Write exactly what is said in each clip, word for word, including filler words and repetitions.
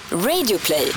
Radioplay.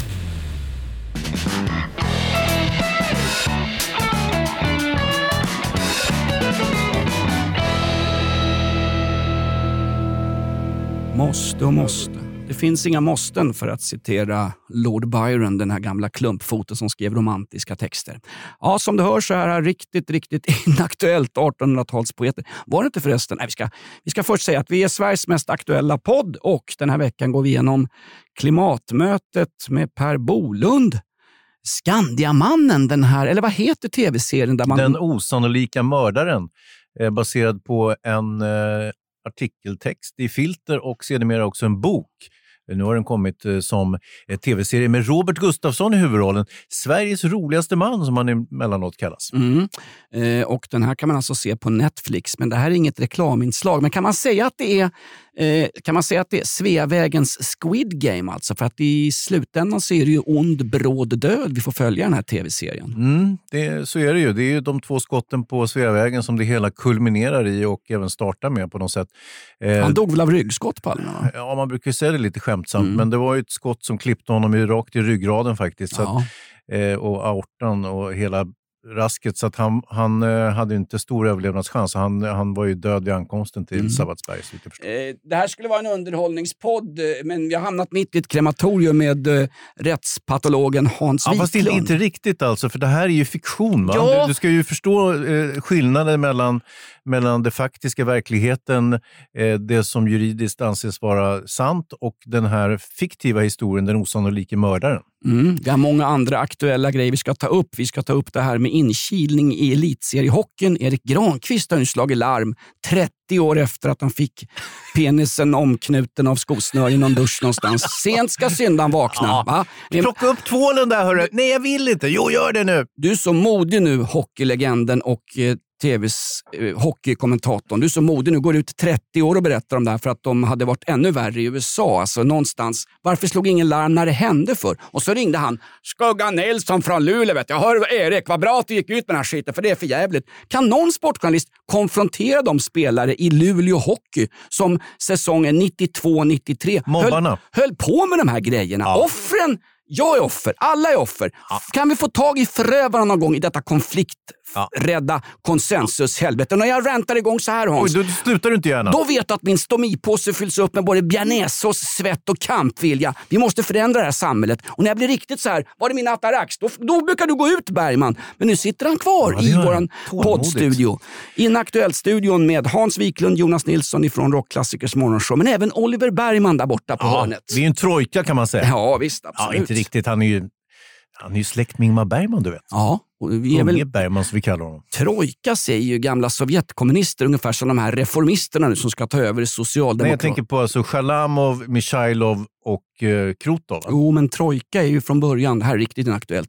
Måste och måste. Det finns inga måsten, för att citera Lord Byron, den här gamla klumpfoten som skrev romantiska texter. Ja, som du hör så är det riktigt, riktigt inaktuellt artonhundratalspoeter. Var det inte förresten? Nej, vi ska, vi ska först säga att vi är Sveriges mest aktuella podd, och den här veckan går vi igenom klimatmötet med Per Bolund. Skandiamannen, den här, eller vad heter tv-serien? Där man... Den osannolika mördaren, eh, baserad på en... Eh... artikeltext i Filter och sedermera också en bok. Nu har den kommit som en tv-serie med Robert Gustafsson i huvudrollen. Sveriges roligaste man, som han emellanåt kallas. Mm. Eh, och den här kan man alltså se på Netflix, men det här är inget reklaminslag. Men kan man säga att det är eh, kan man säga att det är Sveavägens Squid Game, alltså? För att i slutändan så är det ju ond, bråd död vi får följa den här tv-serien. Mm, det, så är det ju. Det är ju de två skotten på Sveavägen som det hela kulminerar i och även startar med på något sätt. Eh, han dog väl av ryggskott på alla, va? Ja, man brukar säga det lite skämtsamt, mm. men det var ju ett skott som klippte honom i, rakt i ryggraden faktiskt. Så ja. att, eh, och aortan och hela rasket, så att han, han eh, hade inte stor överlevnadschans. Han, han var ju död vid ankomsten till mm. Sabbatsberg. Eh, det här skulle vara en underhållningspodd, men vi har hamnat mitt i ett krematorium med eh, rättspatologen Hans Wiklund. Ja, fast inte, inte riktigt alltså, för det här är ju fiktion, va? Ja. Du, du ska ju förstå eh, skillnaden mellan, mellan det faktiska verkligheten, eh, det som juridiskt anses vara sant, och den här fiktiva historien, den osannolika mördaren. Mm, vi har många andra aktuella grejer vi ska ta upp. Vi ska ta upp det här med inkilning i elitseriehockeyn. Erik Granqvist har ju slagit larm trettio år efter att han fick penisen omknuten av skosnör i någon dusch någonstans. Sent ska syndan vakna. Ja. Va? Plocka upp tvålen där, hörru. Nej, jag vill inte. Jo, gör det nu. Du är så modig nu, hockeylegenden och eh, tvs eh, hockeykommentatorn. Du är så modig nu, går ut trettio år och berättar om det här, för att de hade varit ännu värre i U S A. Alltså någonstans. Varför slog ingen larm när det hände för? Och så ringde han Skuggan Nilsson från Luleå, vet jag. Hör Erik, vad bra att du gick ut med den här skiten, för det är för jävligt. Kan någon sportjournalist konfrontera de spelare i Luleå hockey som säsongen nittiotvå nittiotre Mobbarna höll, höll på med de här grejerna? Ja. Offren, jag är offer, alla är offer. Ja. Kan vi få tag i förövarna någon gång i detta konflikträdda ja. konsensus helvete? När jag räntar igång så här, Hans, Oj, då slutar du inte gärna. Då vet du att min stomipåse fylls upp med både bjärnesås, svett och kampvilja. Vi måste förändra det här samhället. Och när jag blir riktigt så här, var det min atarax? Då, då brukar du gå ut, Bergman. Men nu sitter han kvar ja, i våran poddstudio. I en aktuell studion med Hans Wiklund, Jonas Nilsson ifrån Rockklassikers morgonshow. Men även Oliver Bergman där borta på ja, hörnet. Det är en trojka, kan man säga. Ja, visst, absolut. Ja, inte riktigt. Han är ju, han är ju släkt med Ingmar Bergman, du vet. Ja. Och vi är väl Bergman, som vi kallar honom. Trojka säger ju gamla sovjetkommunister, ungefär som de här reformisterna nu som ska ta över socialdemokrat. Nej, jag tänker på alltså Shalamov, Mishailov och eh, Krutov. Va? Jo, men Trojka är ju från början, det här är riktigt inaktuellt.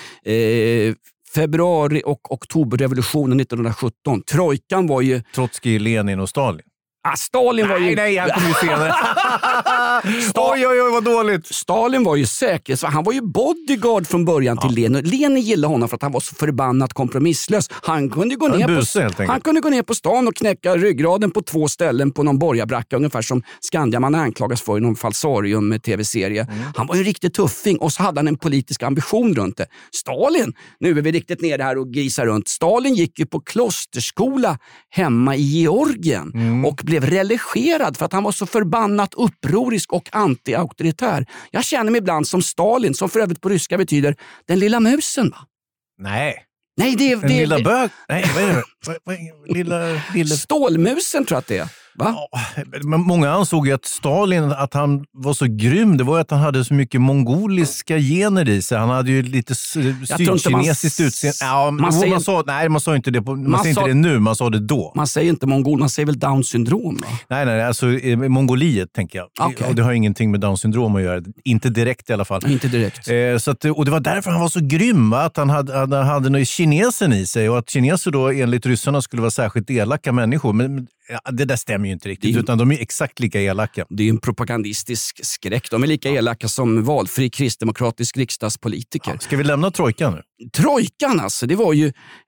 Eh, februari- och oktoberrevolutionen nittonhundrasjutton. Trojkan var ju... Trotskij, Lenin och Stalin. Ah, Stalin var ju... Nej, nej, han kom ju senare. oj, oj, oj, vad dåligt. Stalin var ju säker. Han var ju bodyguard från början till ja. Lenin. Lenin gillade honom för att han var så förbannat kompromisslös. Han kunde gå, ner busse, på, han kunde gå ner på stan och knäcka ryggraden på två ställen på någon borgarbracka, ungefär som Skandiaman anklagas för i någon falsarium med tv-serie. Mm. Han var ju en riktigt tuffing, och så hade han en politisk ambition runt det. Stalin, nu är vi riktigt nere här och grisar runt. Stalin gick ju på klosterskola hemma i Georgien mm. och blev religerad för att han var så förbannat upprorisk och anti-auktoritär. Jag känner mig ibland som Stalin, som för övrigt på ryska betyder den lilla musen, va? Nej. Nej, det är... Den det, lilla det, bög? Nej, vad är det? vad, vad, lilla, lilla... Stålmusen tror jag att det är. Va? Ja, men många ansåg ju att Stalin, att han var så grym, det var att han hade så mycket mongoliska gener i sig. Han hade ju lite sydkinesiskt utseende. Ja, man, säger, man sa, nej, man sa inte det, på, man man säger sa, inte det nu, man sa det då. Man säger inte mongol, man säger väl Down-syndrom, va? Nej, nej, alltså Mongoliet tänker jag. Okay. Och det har ingenting med Down-syndrom att göra. Inte direkt i alla fall. Nej, inte direkt. Eh, så att, och det var därför han var så grym, va? Att han hade, hade, hade något kinesen i sig, och att kineser då enligt ryssarna skulle vara särskilt elaka människor. Men Ja, det där stämmer ju inte riktigt, utan de är exakt lika elaka. Det är en propagandistisk skräck. De är lika elaka som valfri kristdemokratisk riksdagspolitiker. Ja, ska vi lämna trojkan nu? Trojkan alltså, det var ju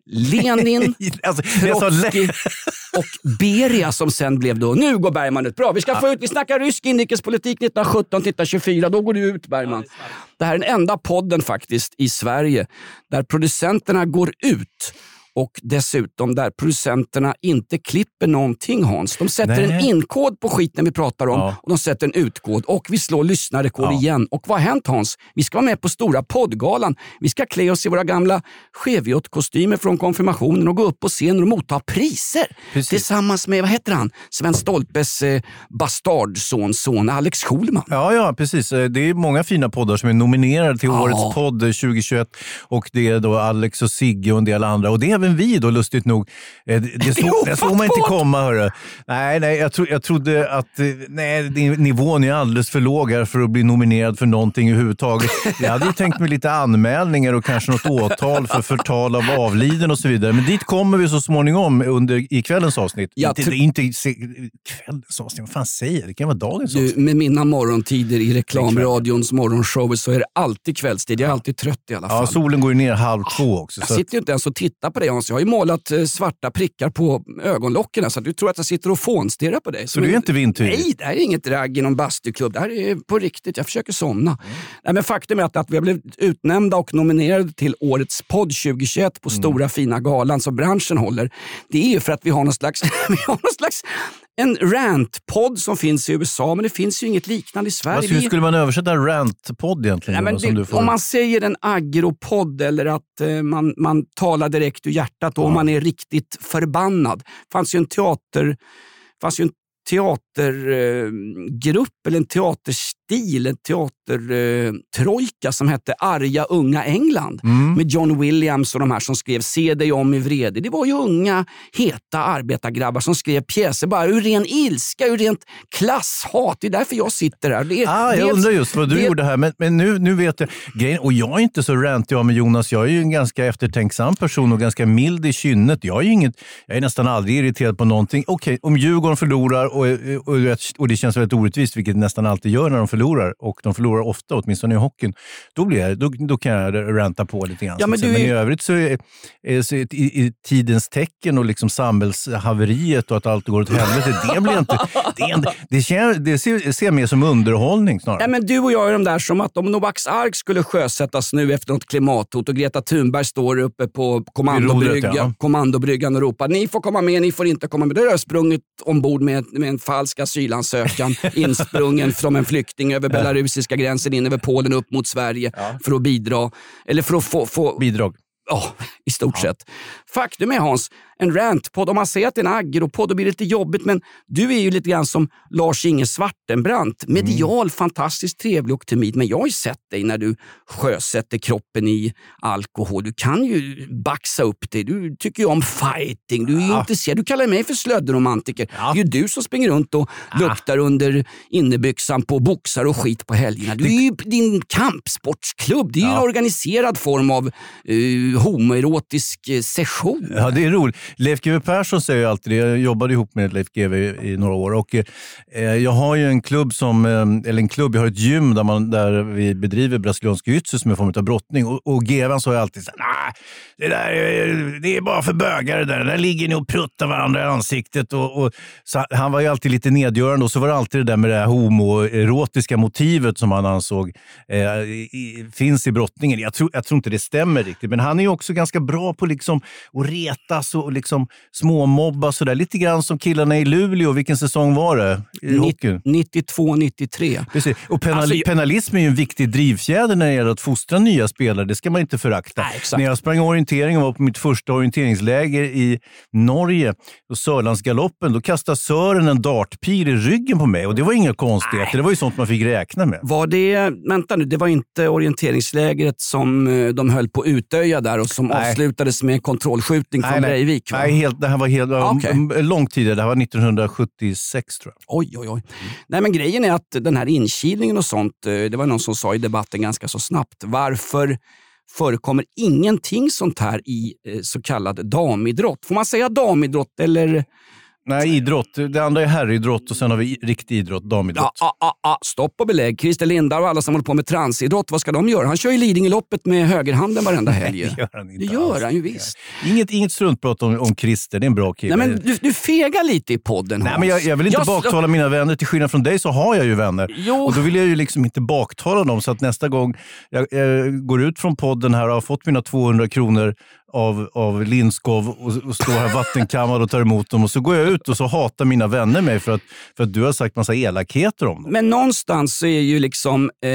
Lenin, alltså, Trotsky och Beria som sen blev då, nu går Bergman ut. Bra, vi ska ja. få ut, vi snackar rysk inrikespolitik nittonhundrasjutton till nittonhundratjugofyra, då går du ut Bergman. Ja, det, det här är den enda podden faktiskt i Sverige där producenterna går ut. Och dessutom där producenterna inte klipper någonting, Hans. De sätter Nej. en inkod på skiten vi pratar om ja. och de sätter en utkod. Och vi slår lyssnarekod ja. igen. Och vad har hänt, Hans? Vi ska vara med på stora poddgalan. Vi ska klä oss i våra gamla Cheviote-kostymer från konfirmationen och gå upp på scenen och motta priser. Precis. Tillsammans med, vad heter han? Sven Stolpes eh, bastardson, son Alex Schulman. Ja, ja, precis. Det är många fina poddar som är nominerade till ja. årets podd tjugohundratjugoett. Och det är då Alex och Sigge och en del andra. Och det är vi då, lustigt nog. Det, det, så, det såg man inte komma, hörru. Nej, nej jag, tro, jag trodde att nej, nivån är alldeles för låg här för att bli nominerad för någonting överhuvudtaget. Jag hade ju tänkt mig lite anmälningar och kanske något åtal för förtal av avliden och så vidare. Men dit kommer vi så småningom under, i kvällens avsnitt. Inte, tr- inte kvällens avsnitt, vad fan säger jag? Det kan vara dagens du, avsnitt. Med mina morgontider i reklamradions morgonshow så är det alltid kvällstid. Jag är alltid trött i alla fall. Ja, solen går ju ner halv två också. Jag så sitter ju inte ens och tittar på dig, Hans. Jag har ju målat svarta prickar på ögonlocken så att du tror att jag sitter och fånstirrar på dig. Så, så du är inte vindtyrig? Nej, det här är inget drag i någon bastuklubb. Det här är på riktigt. Jag försöker somna. Mm. Nej, men faktum är att, att vi har blivit utnämnda och nominerade till årets podd tjugohundratjugoett på mm. stora fina galan som branschen håller. Det är ju för att vi har någon slags, vi har någon slags en rant-podd som finns i U S A, men det finns ju inget liknande i Sverige. Alltså, hur skulle man översätta en rant-podd egentligen? Nej, men det, du får... Om man säger en agropodd eller att eh, man, man talar direkt ur hjärtat och ja. man är riktigt förbannad. Det fanns ju en teater... fanns ju en teatergrupp eh, eller en teaterstil, en teatertrojka eh, som hette Arga unga England mm. med John Williams och de här som skrev Se dig om i vrede. Det var ju unga, heta arbetargrabbar som skrev pjäser bara ur ren ilska, ur rent klasshat. Det är därför jag sitter här. Det är, ah, jag dels, undrar just vad du det... gjorde här, men, men nu, nu vet jag grejen, och jag är inte så rantig jag med Jonas. Jag är ju en ganska eftertänksam person och ganska mild i kynnet. Jag är ju inget, jag är nästan aldrig irriterad på någonting. Okej, okay, om Djurgården förlorar Och, och, och det känns väldigt orättvist, vilket nästan alltid gör när de förlorar. Och de förlorar ofta, åtminstone i hockeyn. Då, blir jag, då, då kan jag ranta på lite grann. Ja, men, du... men i övrigt så är, är så i, i tidens tecken och liksom samhällshaveriet och att allt går åt helvete. Det blir inte... Det, är, det, känner, det ser, ser mer som underhållning snarare. Ja, men du och jag är de där som att om Noaks ark skulle sjösättas nu efter något klimathot och Greta Thunberg står uppe på kommandobryggan, ja. kommandobryggan och ropar ni får komma med, ni får inte komma med. Då har jag sprungit ombord med, med en falsk asylansökan insprungen som en flykting över belarusiska gränsen in över Polen upp mot Sverige ja. för att bidra. Eller för att få... få... Bidrag. Ja, i stort ja. sett. Faktum är, Hans, en rantpodd, om man säger att det är en agropodd, då blir det lite jobbigt, men du är ju lite grann som Lars-Inge Svartenbrandt. Medial, mm. fantastiskt trevlig och timid, men jag har ju sett dig när du sjösätter kroppen i alkohol. Du kan ju baxa upp dig. Du tycker ju om fighting. Du är ju ja. intresserad. Du kallar mig för slödderomantiker. Ja. Det är ju du som springer runt och ja. luktar under innebyxan på boxar och skit på helgerna. Du är ju din kampsportsklubb. Det är ju ja. en organiserad form av uh, homoerotisk uh, session. Ja, det är roligt. Leif G W Persson säger ju alltid det. Jag jobbade ihop med Leif G W i några år och eh, jag har ju en klubb som, eh, eller en klubb, jag har ett gym där, man, där vi bedriver brasiliansk jiu-jitsu som är form av brottning och, och G W sa ju alltid så här, nah, det där det är bara för bögar det där. Där ligger ni och pruttar varandra i ansiktet och, och så han var ju alltid lite nedgörande och så var det alltid det där med det här homoerotiska motivet som han ansåg eh, i, finns i brottningen. Jag tror, jag tror inte det stämmer riktigt, men han är ju också ganska bra på liksom att retas och liksom småmobba sådär. Lite grann som killarna i Luleå. Vilken säsong var det i hockeyn? nittiotvå nittiotre. Precis. Och penal- alltså, penalism är ju en viktig drivfjäder när det gäller att fostra nya spelare. Det ska man inte förakta. Nej, när jag sprang orientering och var på mitt första orienteringsläger i Norge och Sörlandsgaloppen, då kastade Sören en dartpil i ryggen på mig. Och det var inga konstigheter. Nej. Det var ju sånt man fick räkna med. Var det, vänta nu, det var inte orienteringslägret som de höll på Utöja där och som Nej. avslutades med en kontrollskjutning från Breivik? Nej, helt, det här var helt okay. långt tidigare. Det här var nittonhundrasjuttiosex tror jag. Oj, oj, oj. Mm. Nej, men grejen är att den här inkilningen och sånt, det var någon som sa i debatten ganska så snabbt. Varför förekommer ingenting sånt här i så kallad damidrott? Får man säga damidrott eller Nej, idrott. Det andra är herridrott och sen har vi riktig idrott, damidrott. Ja, ah, ah, ah. Stopp och belägg. Christer Lindar och alla som håller på med transidrott, vad ska de göra? Han kör ju Lidingöloppet med högerhanden varenda helg. Nej, det gör han inte. Det gör alls. han ju visst. Inget, inget struntprat om, om Christer, det är en bra kille. Nej, men du, du fegar lite i podden, Hans. Nej, men jag, jag vill inte jag baktala mina vänner. Till skillnad från dig så har jag ju vänner. Jo. Och då vill jag ju liksom inte baktala dem, så att nästa gång jag, jag går ut från podden här och har fått mina tvåhundra kronor av, av Lindskov och, och står här vattenkammad och tar emot dem, och så går jag ut och så hatar mina vänner mig för att, för att du har sagt massa elakheter om dem. Men någonstans så är ju liksom eh,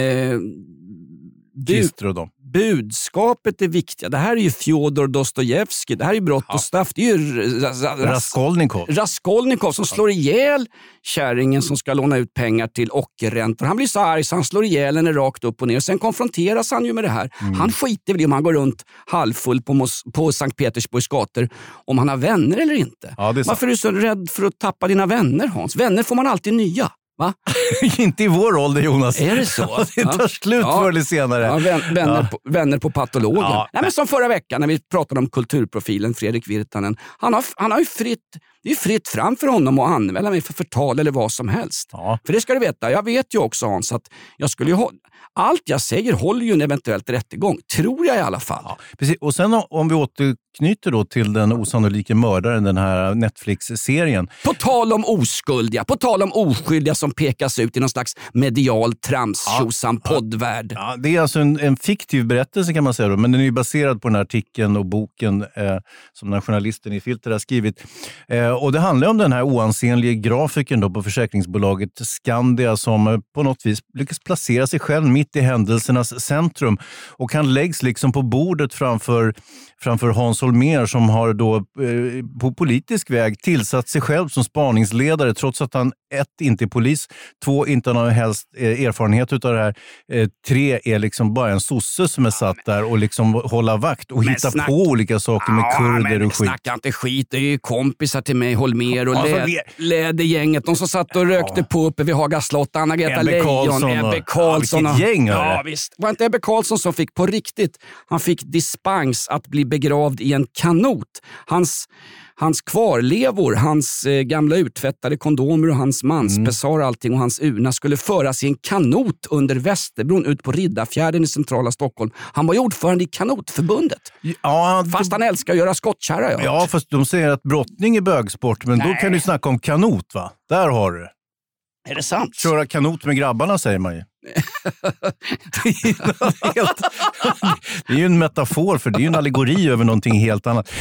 Christer och dem. budskapet är viktiga. Det här är ju Fjodor Dostojevskij. Det här är ju brott Ja. och straff. Det är ju ras, ras, Raskolnikov. Raskolnikov som slår ihjäl kärringen som ska låna ut pengar till ockerräntor. Han blir så arg så han slår ihjäl henne rakt upp och ner. Sen konfronteras han ju med det här. Mm. Han skiter väl i om han går runt halvfull på, Mos- på Sankt Petersburgs gator, om han har vänner eller inte. Ja, det är Varför är du så rädd för att tappa dina vänner, Hans? Vänner får man alltid nya. Va? Inte i vår ålder, Jonas. Är det så? Det tar slut Ja. förr eller senare. Ja, vän, vänner, Ja. På, vänner på patologen. Ja. Nej, men som förra veckan när vi pratade om kulturprofilen Fredrik Virtanen. Han har, han har ju fritt, det är fritt fram för honom att anmäla mig för förtal eller vad som helst. Ja. För det ska du veta. Jag vet ju också, Hans, att jag skulle ju ha, allt jag säger håller ju en eventuellt rättegång. Tror jag i alla fall. Ja, precis. Och sen om vi återknyter då till den osannolika mördaren, den här Netflix-serien. På tal om oskuldiga, på tal om oskyldiga som pekas ut i någon slags medial tramstjosam Ja. poddvärld. Ja, det är alltså en, en fiktiv berättelse kan man säga då, men den är ju baserad på den här artikeln och boken eh, som den här journalisten i Filter har skrivit. Eh, och det handlar om den här oansenliga grafiken då på försäkringsbolaget Skandia som eh, på något vis lyckas placera sig själv mitt i händelsernas centrum, och han läggs liksom på bordet framför, framför Hans Holmér som har då eh, på politisk väg tillsatt sig själv som spaningsledare trots att han ett, inte är polis, två, inte har någon helst eh, erfarenhet utav det här, eh, tre, är liksom bara en sosse som är satt där och liksom hålla vakt och Men hitta snack- på olika saker med Ja, kurder men och skit. snacka inte skit. Det är ju kompisar till mig, Holmér och Alltså, lä- det- Lädergänget. De som satt och rökte Ja. på uppe vid Haga slott. Anna-Greta Ebbe Leijon, Carlsson och- Ebbe Carlsson. Ja, vilket gäng, hörru. Ja, visst. Var inte Ebbe Carlsson som fick på riktigt? Han fick dispens att bli begravd i en kanot. Hans... Hans kvarlevor, hans eh, gamla uttvättade kondomer och hans manspessar och allting och hans urna skulle föras i en kanot under Västerbron ut på Riddarfjärden i centrala Stockholm. Han var ju ordförande i kanotförbundet. Ja, Fast han älskar att göra skottkärra. Ja. ja, fast de säger att brottning är bögsport, men då Nej. kan du snacka om kanot, va? Där har du det. Är det sant? Köra kanot med grabbarna, säger man ju. det, är ju något helt, det är ju en metafor, för det är ju en allegori över någonting helt annat.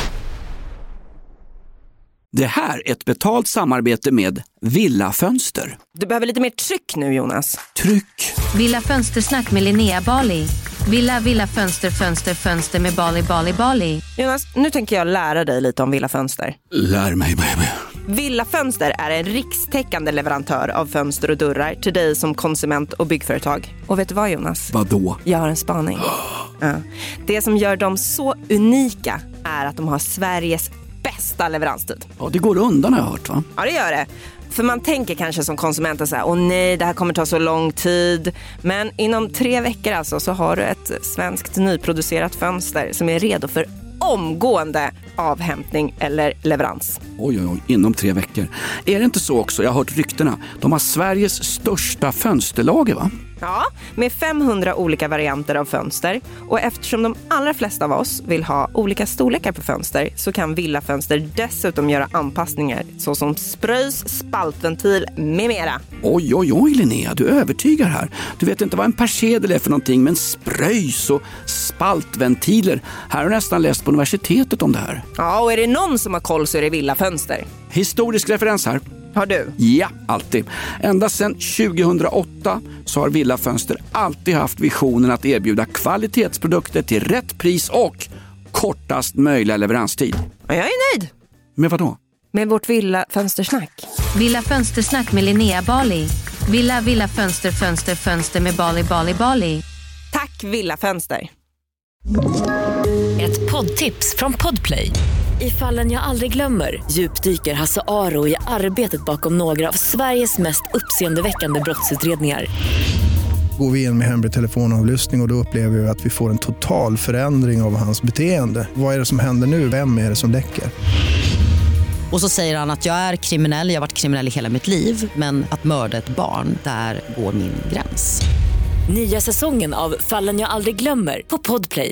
Det här är ett betalt samarbete med Villa Fönster. Du behöver lite mer tryck nu, Jonas. Tryck! Villa Fönstersnack med Linnea Bali. Villa, villa, fönster, fönster, fönster med Bali, Bali, Bali. Jonas, nu tänker jag lära dig lite om Villa Fönster. Lär mig, baby. Villa Fönster är en rikstäckande leverantör av fönster och dörrar till dig som konsument och byggföretag. Och vet du vad, Jonas? Vadå? Jag har en spaning. Ja. Det som gör dem så unika är att de har Sveriges bästa leveranstid. Ja, det går undan har jag hört, va? Ja, det gör det. För man tänker kanske som konsument så här: åh nej, det här kommer ta så lång tid. Men inom tre veckor alltså så har du ett svenskt nyproducerat fönster som är redo för omgående avhämtning eller leverans. Oj, oj, oj, inom tre veckor. Är det inte så också? Jag har hört ryktena. De har Sveriges största fönsterlager, va? Ja, med femhundra olika varianter av fönster. Och eftersom de allra flesta av oss vill ha olika storlekar på fönster så kan Villa Fönster dessutom göra anpassningar såsom spröjs, spaltventil med mera. Oj, oj, oj, Linnea, du övertygar här. Du vet inte vad en persedel är för någonting, men spröjs och spaltventiler. Här har jag nästan läst på universitetet om det här. Ja, och är det någon som har koll så är det Villa Fönster. Historisk referens här. Har du? Ja, alltid. Ända sedan tjugohundraåtta så har Villa Fönster alltid haft visionen att erbjuda kvalitetsprodukter till rätt pris och kortast möjliga leveranstid. Ja, jag är nöjd. Men vadå? Med vårt Villa Fönstersnack. Villa Fönstersnack med Linnea Bali. Villa, villa, fönster, fönster, fönster med Bali, Bali, Bali. Tack Villa Fönster. Ett poddtips från Podplay. I Fallen jag aldrig glömmer djupdyker Hasse Aro i arbetet bakom några av Sveriges mest uppseendeväckande brottsutredningar. Går vi in med hemlig telefonavlyssning och, och då upplever vi att vi får en total förändring av hans beteende. Vad är det som händer nu? Vem är det som läcker? Och så säger han att jag är kriminell, jag har varit kriminell i hela mitt liv. Men att mörda ett barn, där går min gräns. Nya säsongen av Fallen jag aldrig glömmer på Podplay.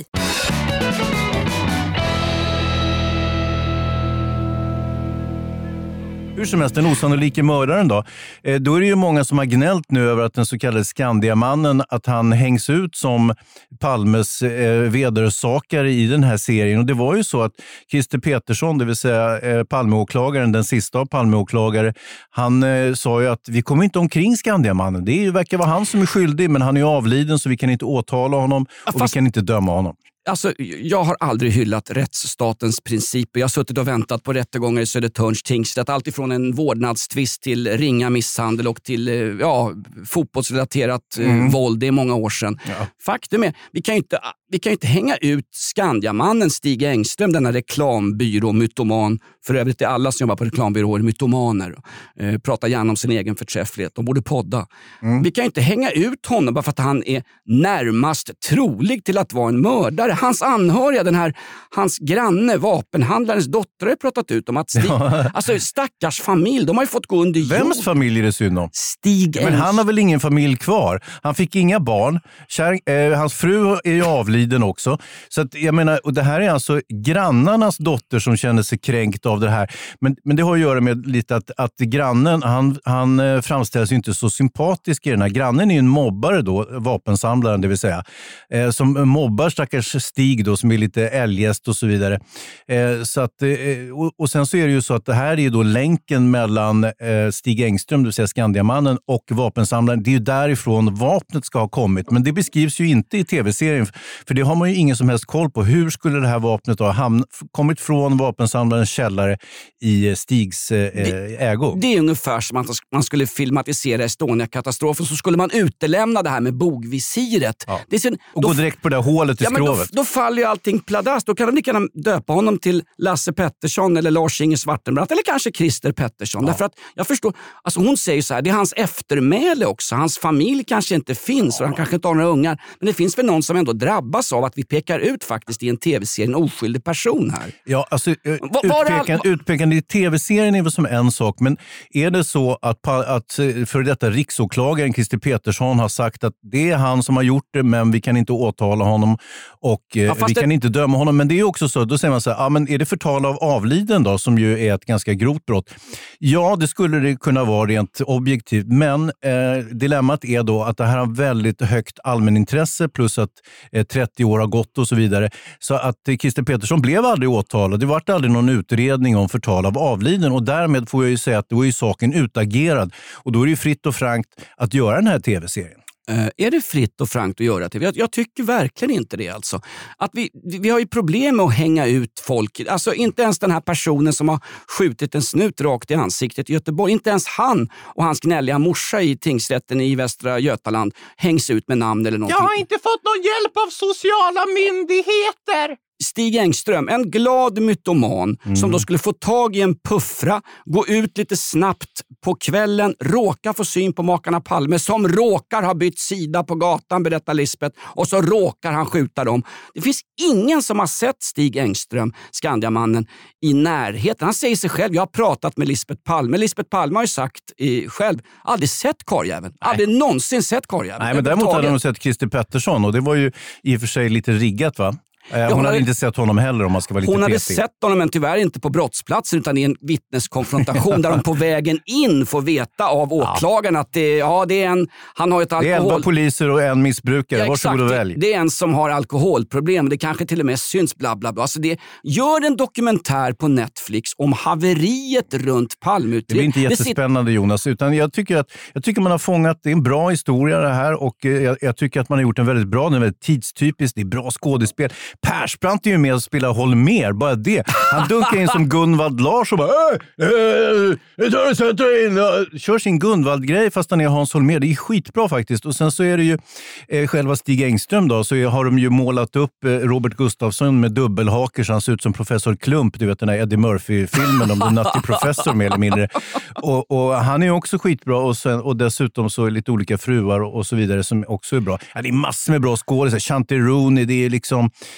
Hur som helst, den osannolike mördaren då. Eh, då är det ju många som har gnällt nu över att den så kallade Skandiamannen, att han hängs ut som Palmes eh, vedersakare i den här serien. Och det var ju så att Christer Petersson, det vill säga eh, Palmeåklagaren, den sista av Palmeåklagare, han eh, sa ju att vi kommer inte omkring Skandiamannen. Det är ju, verkar vara han som är skyldig, men han är avliden så vi kan inte åtala honom och ja, fast... vi kan inte döma honom. Alltså, jag har aldrig hyllat rättsstatens principer. Jag har suttit och väntat på rättegångar i Södertörns tingsrätt. Allt ifrån en vårdnadstvist till ringa misshandel och till ja, fotbollsrelaterat mm. eh, våld. Det är många år sedan. Ja. Faktum är, vi kan ju inte, vi kan ju inte hänga ut Skandiamannen Stig Engström, denna reklambyrå, mytoman. För övrigt är alla som jobbar på reklambyråer mytomaner. Eh, pratar gärna om sin egen förträfflighet. De borde podda. Mm. Vi kan ju inte hänga ut honom bara för att han är närmast trolig till att vara en mördare. Hans anhöriga, den här, hans granne, vapenhandlarens dotter har pratat ut om att Stig, ja. alltså stackars familj, de har ju fått gå under jord. Vems familj är det synd om? Stig. Men han har väl ingen familj kvar? Han fick inga barn. Kär, eh, hans fru är ju avliden också. Så att, jag menar, och det här är alltså grannarnas dotter som känner sig kränkt av det här. Men, men det har att göra med lite att, att grannen, han, han framställs ju inte så sympatisk i den här. Grannen är ju en mobbare då, vapensamlaren det vill säga, eh, som mobbar stackars Stig då, som är lite älgäst och så vidare. Eh, så att, eh, och, och sen så är det ju så att det här är ju då länken mellan eh, Stig Engström, det vill säga Skandiamannen, och vapensamlaren. Det är ju därifrån vapnet ska ha kommit. Men det beskrivs ju inte i tv-serien, för det har man ju ingen som helst koll på. Hur skulle det här vapnet ha hamn, kommit från vapensamlarens källare i Stigs eh, det, ägo? Det är ungefär som att man skulle filmatisera Estonia-katastrofen, så skulle man utelämna det här med bogvisiret. Ja. Det är sin, och då, gå direkt på det här hålet i ja, skrovet. Då, då faller ju allting pladask. Då kan de lika gärna döpa honom till Lasse Pettersson eller Lars-Inge Svartenbrandt eller kanske Christer Pettersson. Ja. Därför att jag förstår, alltså hon säger så här, det är hans eftermäle också. Hans familj kanske inte finns ja. och han kanske inte har några ungar. Men det finns väl någon som ändå drabbas av att vi pekar ut faktiskt i en tv-serie en oskyldig person här. Ja, alltså utpekan, all... utpekande i tv-serien är väl som en sak, men är det så att, att för detta riksåklagaren Christer Petersson har sagt att det är han som har gjort det, men vi kan inte åtala honom och ja, vi det... kan inte döma honom, men det är också så, då säger man så här, ja, men är det förtal av avliden då, som ju är ett ganska grovt brott? Ja, det skulle det kunna vara rent objektivt, men eh, dilemmat är då att det här har väldigt högt allmänintresse plus att eh, trettio år har gått och så vidare, så att eh, Christer Petersson blev aldrig åtalad. Det var aldrig någon utredning om förtal av avliden och därmed får jag ju säga att då är ju saken utagerad och då är det ju fritt och frankt att göra den här tv-serien. Uh, är det fritt och frankt att göra det? Jag, jag tycker verkligen inte det alltså. Att vi, vi har ju problem med att hänga ut folk. Alltså inte ens den här personen som har skjutit en snut rakt i ansiktet i Göteborg. Inte ens han och hans gnälliga morsa i tingsrätten i Västra Götaland hängs ut med namn eller någonting. Jag har inte fått någon hjälp av sociala myndigheter. Stig Engström, en glad mytoman mm. som då skulle få tag i en puffra, gå ut lite snabbt på kvällen, råka få syn på makarna Palme som råkar ha bytt sida på gatan, berättar Lisbeth, och så råkar han skjuta dem. Det finns ingen som har sett Stig Engström, Skandiamannen, i närheten. Han säger sig själv, jag har pratat med Lisbeth Palme. Lisbeth Palme har ju sagt i, själv, aldrig sett karljäveln. Aldrig någonsin sett karljäveln. Nej, men däremot hade de sett Christer Pettersson och det var ju i och för sig lite riggat, va? Hon, ja, hon hade inte sett honom heller om man ska vara lite Hon hade petig. sett honom men tyvärr inte på brottsplatsen utan i en vittneskonfrontation där de på vägen in får veta av åklagaren ja. att det, ja, det är en, han har ett alkohol... Det är elva poliser och en missbrukare, ja, varsågod och välj. Det är en som har alkoholproblem, det kanske till och med syns bla bla bla. Alltså det, gör en dokumentär på Netflix om haveriet runt Palmeutredningen. Det blir inte jättespännande Jonas, utan jag tycker att jag tycker man har fångat, det är en bra historia det här och jag, jag tycker att man har gjort en väldigt bra, den är väldigt tidstypisk, det är bra skådespel. Persbrandt är ju med och spelar Holmér, bara det. Han dunkar in som Gunvald Larsson och bara äh, kör sin Gunvald-grej fast han är Hans Holmér. Det är skitbra faktiskt. Och sen så är det ju eh, själva Stig Engström då, så har de ju målat upp eh, Robert Gustafsson med dubbelhaker så han ser ut som professor Klump, du vet den här Eddie Murphy-filmen om den nutty professor mer eller mindre. Och, och han är ju också skitbra och, sen, och dessutom så är lite olika fruar och, och så vidare som också är bra. Ja, det är massor med bra skådespelare. Shanti Rooney, det är liksom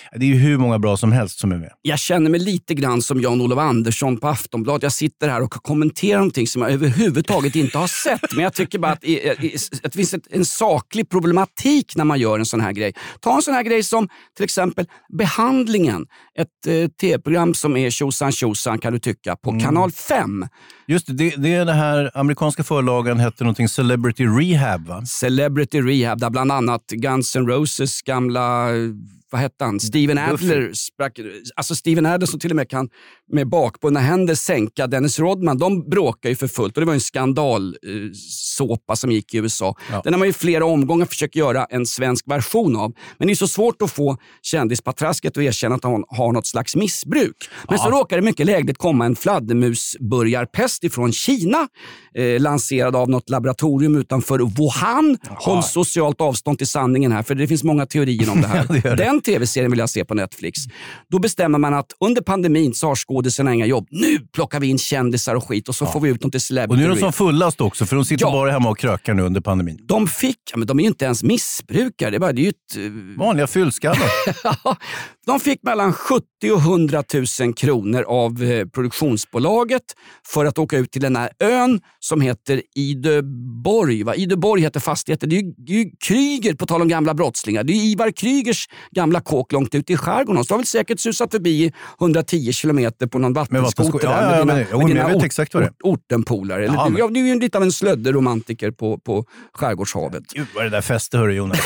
Det är ju hur många bra som helst som är med. Jag känner mig lite grann som Jan-Olof Andersson på Aftonbladet. Jag sitter här och kommenterar någonting som jag överhuvudtaget inte har sett. Men jag tycker bara att, att det finns en saklig problematik när man gör en sån här grej. Ta en sån här grej som till exempel Behandlingen. Ett eh, tv-program som är tjosan tjosan kan du tycka på mm. kanal fem. Just det, det, det är det här amerikanska förlagen hette någonting Celebrity Rehab, va? Celebrity Rehab, där bland annat Guns N' Roses gamla, vad hette han? Steven Adler sprack, alltså Steven Adler som till och med kan med bakbundna händer sänka Dennis Rodman. De bråkar ju för fullt och det var en skandal eh, såpa som gick i U S A. Ja. Den har man ju flera omgångar försökt göra en svensk version av. Men det är så svårt att få kändispatrasket att erkänna att han har något slags missbruk. Men ja. så råkar det mycket lägligt komma en fladdermusburgarpest ifrån Kina, eh, lanserad av något laboratorium utanför Wuhan. Ja. Håll socialt avstånd till sanningen här, för det finns många teorier om det här. det det. Den tv-serien vill jag se på Netflix. Då bestämmer man att under pandemin så har skådespelarna inga jobb. Nu plockar vi in kändisar och skit och så ja. får vi ut dem till celebrity. Och nu är de som fullast också, för de sitter ja. bara hemma och krökar nu under pandemin. De fick, men de är ju inte ens missbrukare. Det är, bara, det är ju ett... vanliga fyllskallar. De fick mellan sjuttio och hundra tusen kronor av eh, produktionsbolaget för att åka ut till den här ön som heter Ideborg. Va? Ideborg heter fastigheten. Det är ju, det är ju Kryger, på tal om gamla brottslingar. Det är ju Ivar Krygers gamla kåk långt ut i skärgården. Så har väl säkert susat förbi hundratio kilometer på någon vattenskoter. Ja, ja, ja, med dina, men, med dina ort, exakt vad det är. Ortenpolare. Eller, ja, men... ja, du är ju lite av en slödderromantiker på, på skärgårdshavet. Gud vad det där fäste, hörru Jonas.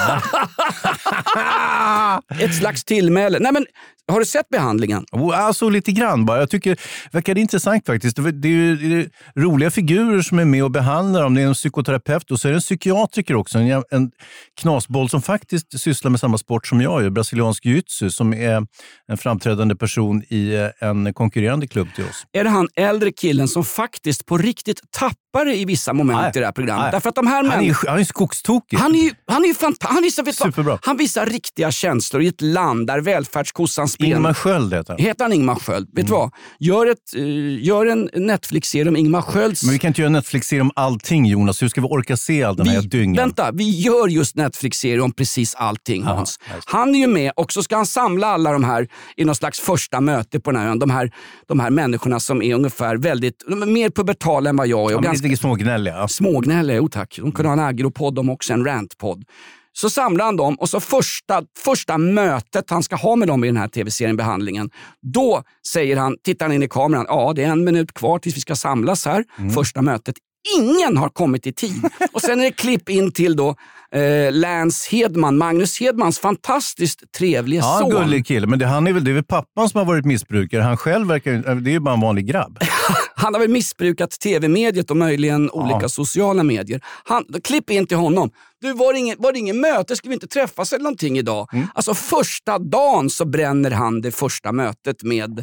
Ett slags tillmäle. Nej, men har du sett Behandlingen? Alltså lite grann bara. Jag tycker det verkar intressant faktiskt. Det är ju det är roliga figurer som är med och behandlar dem. Det är en psykoterapeut och så är det en psykiatriker också. En, en knasboll som faktiskt sysslar med samma sport som jag gör. Brasiliansk jiu-jitsu, som är en framträdande person i en konkurrerande klubb till oss. Är det han äldre killen som faktiskt på riktigt tappar det i vissa moment nej, i det här programmet? Nej. Därför att de här han, är, han är skogstokig. Han är ju han är fantastisk. Han, Superbra. Han visar riktiga känslor i ett land där välfärdskossan spelar. Ingmar Sköld heter han. Heter han Ingmar Sköld? Vet du mm. vad? Gör, ett, uh, gör en Netflix-serie om Ingmar Skölds... Men vi kan inte göra en Netflix-serie om allting, Jonas. Hur ska vi orka se all den här vi, dyngan? Vänta, vi gör just Netflix-serie om precis allting, Hans. Aha, han är ju med och så ska han samla alla de här i någon slags första möte på den här ön. De här, de här människorna som är ungefär väldigt... De är mer pubertala än vad jag är. Ja, ganska lite smågnälliga. Smågnälliga, jo tack. De kunde ha en agropodd om också, en rantpodd. Så samlar han dem och så första, första mötet han ska ha med dem i den här tv-serien Behandlingen. Då säger han, tittar han in i kameran, ja det är en minut kvar tills vi ska samlas här. Mm. Första mötet. Ingen har kommit i tid. Och sen är det klipp in till då eh, Lance Hedman, Magnus Hedmans fantastiskt trevliga ja, son. Ja, gullig kille. Men det, han är väl, det är väl pappan som har varit missbrukare. Han själv verkar, det är ju bara en vanlig grabb. Han har väl missbrukat tv-mediet och möjligen ja. olika sociala medier. Han, klipp in till honom. Du, var det ingen, var det ingen möte? Ska vi inte träffas eller någonting idag? Mm. Alltså första dagen så bränner han det första mötet med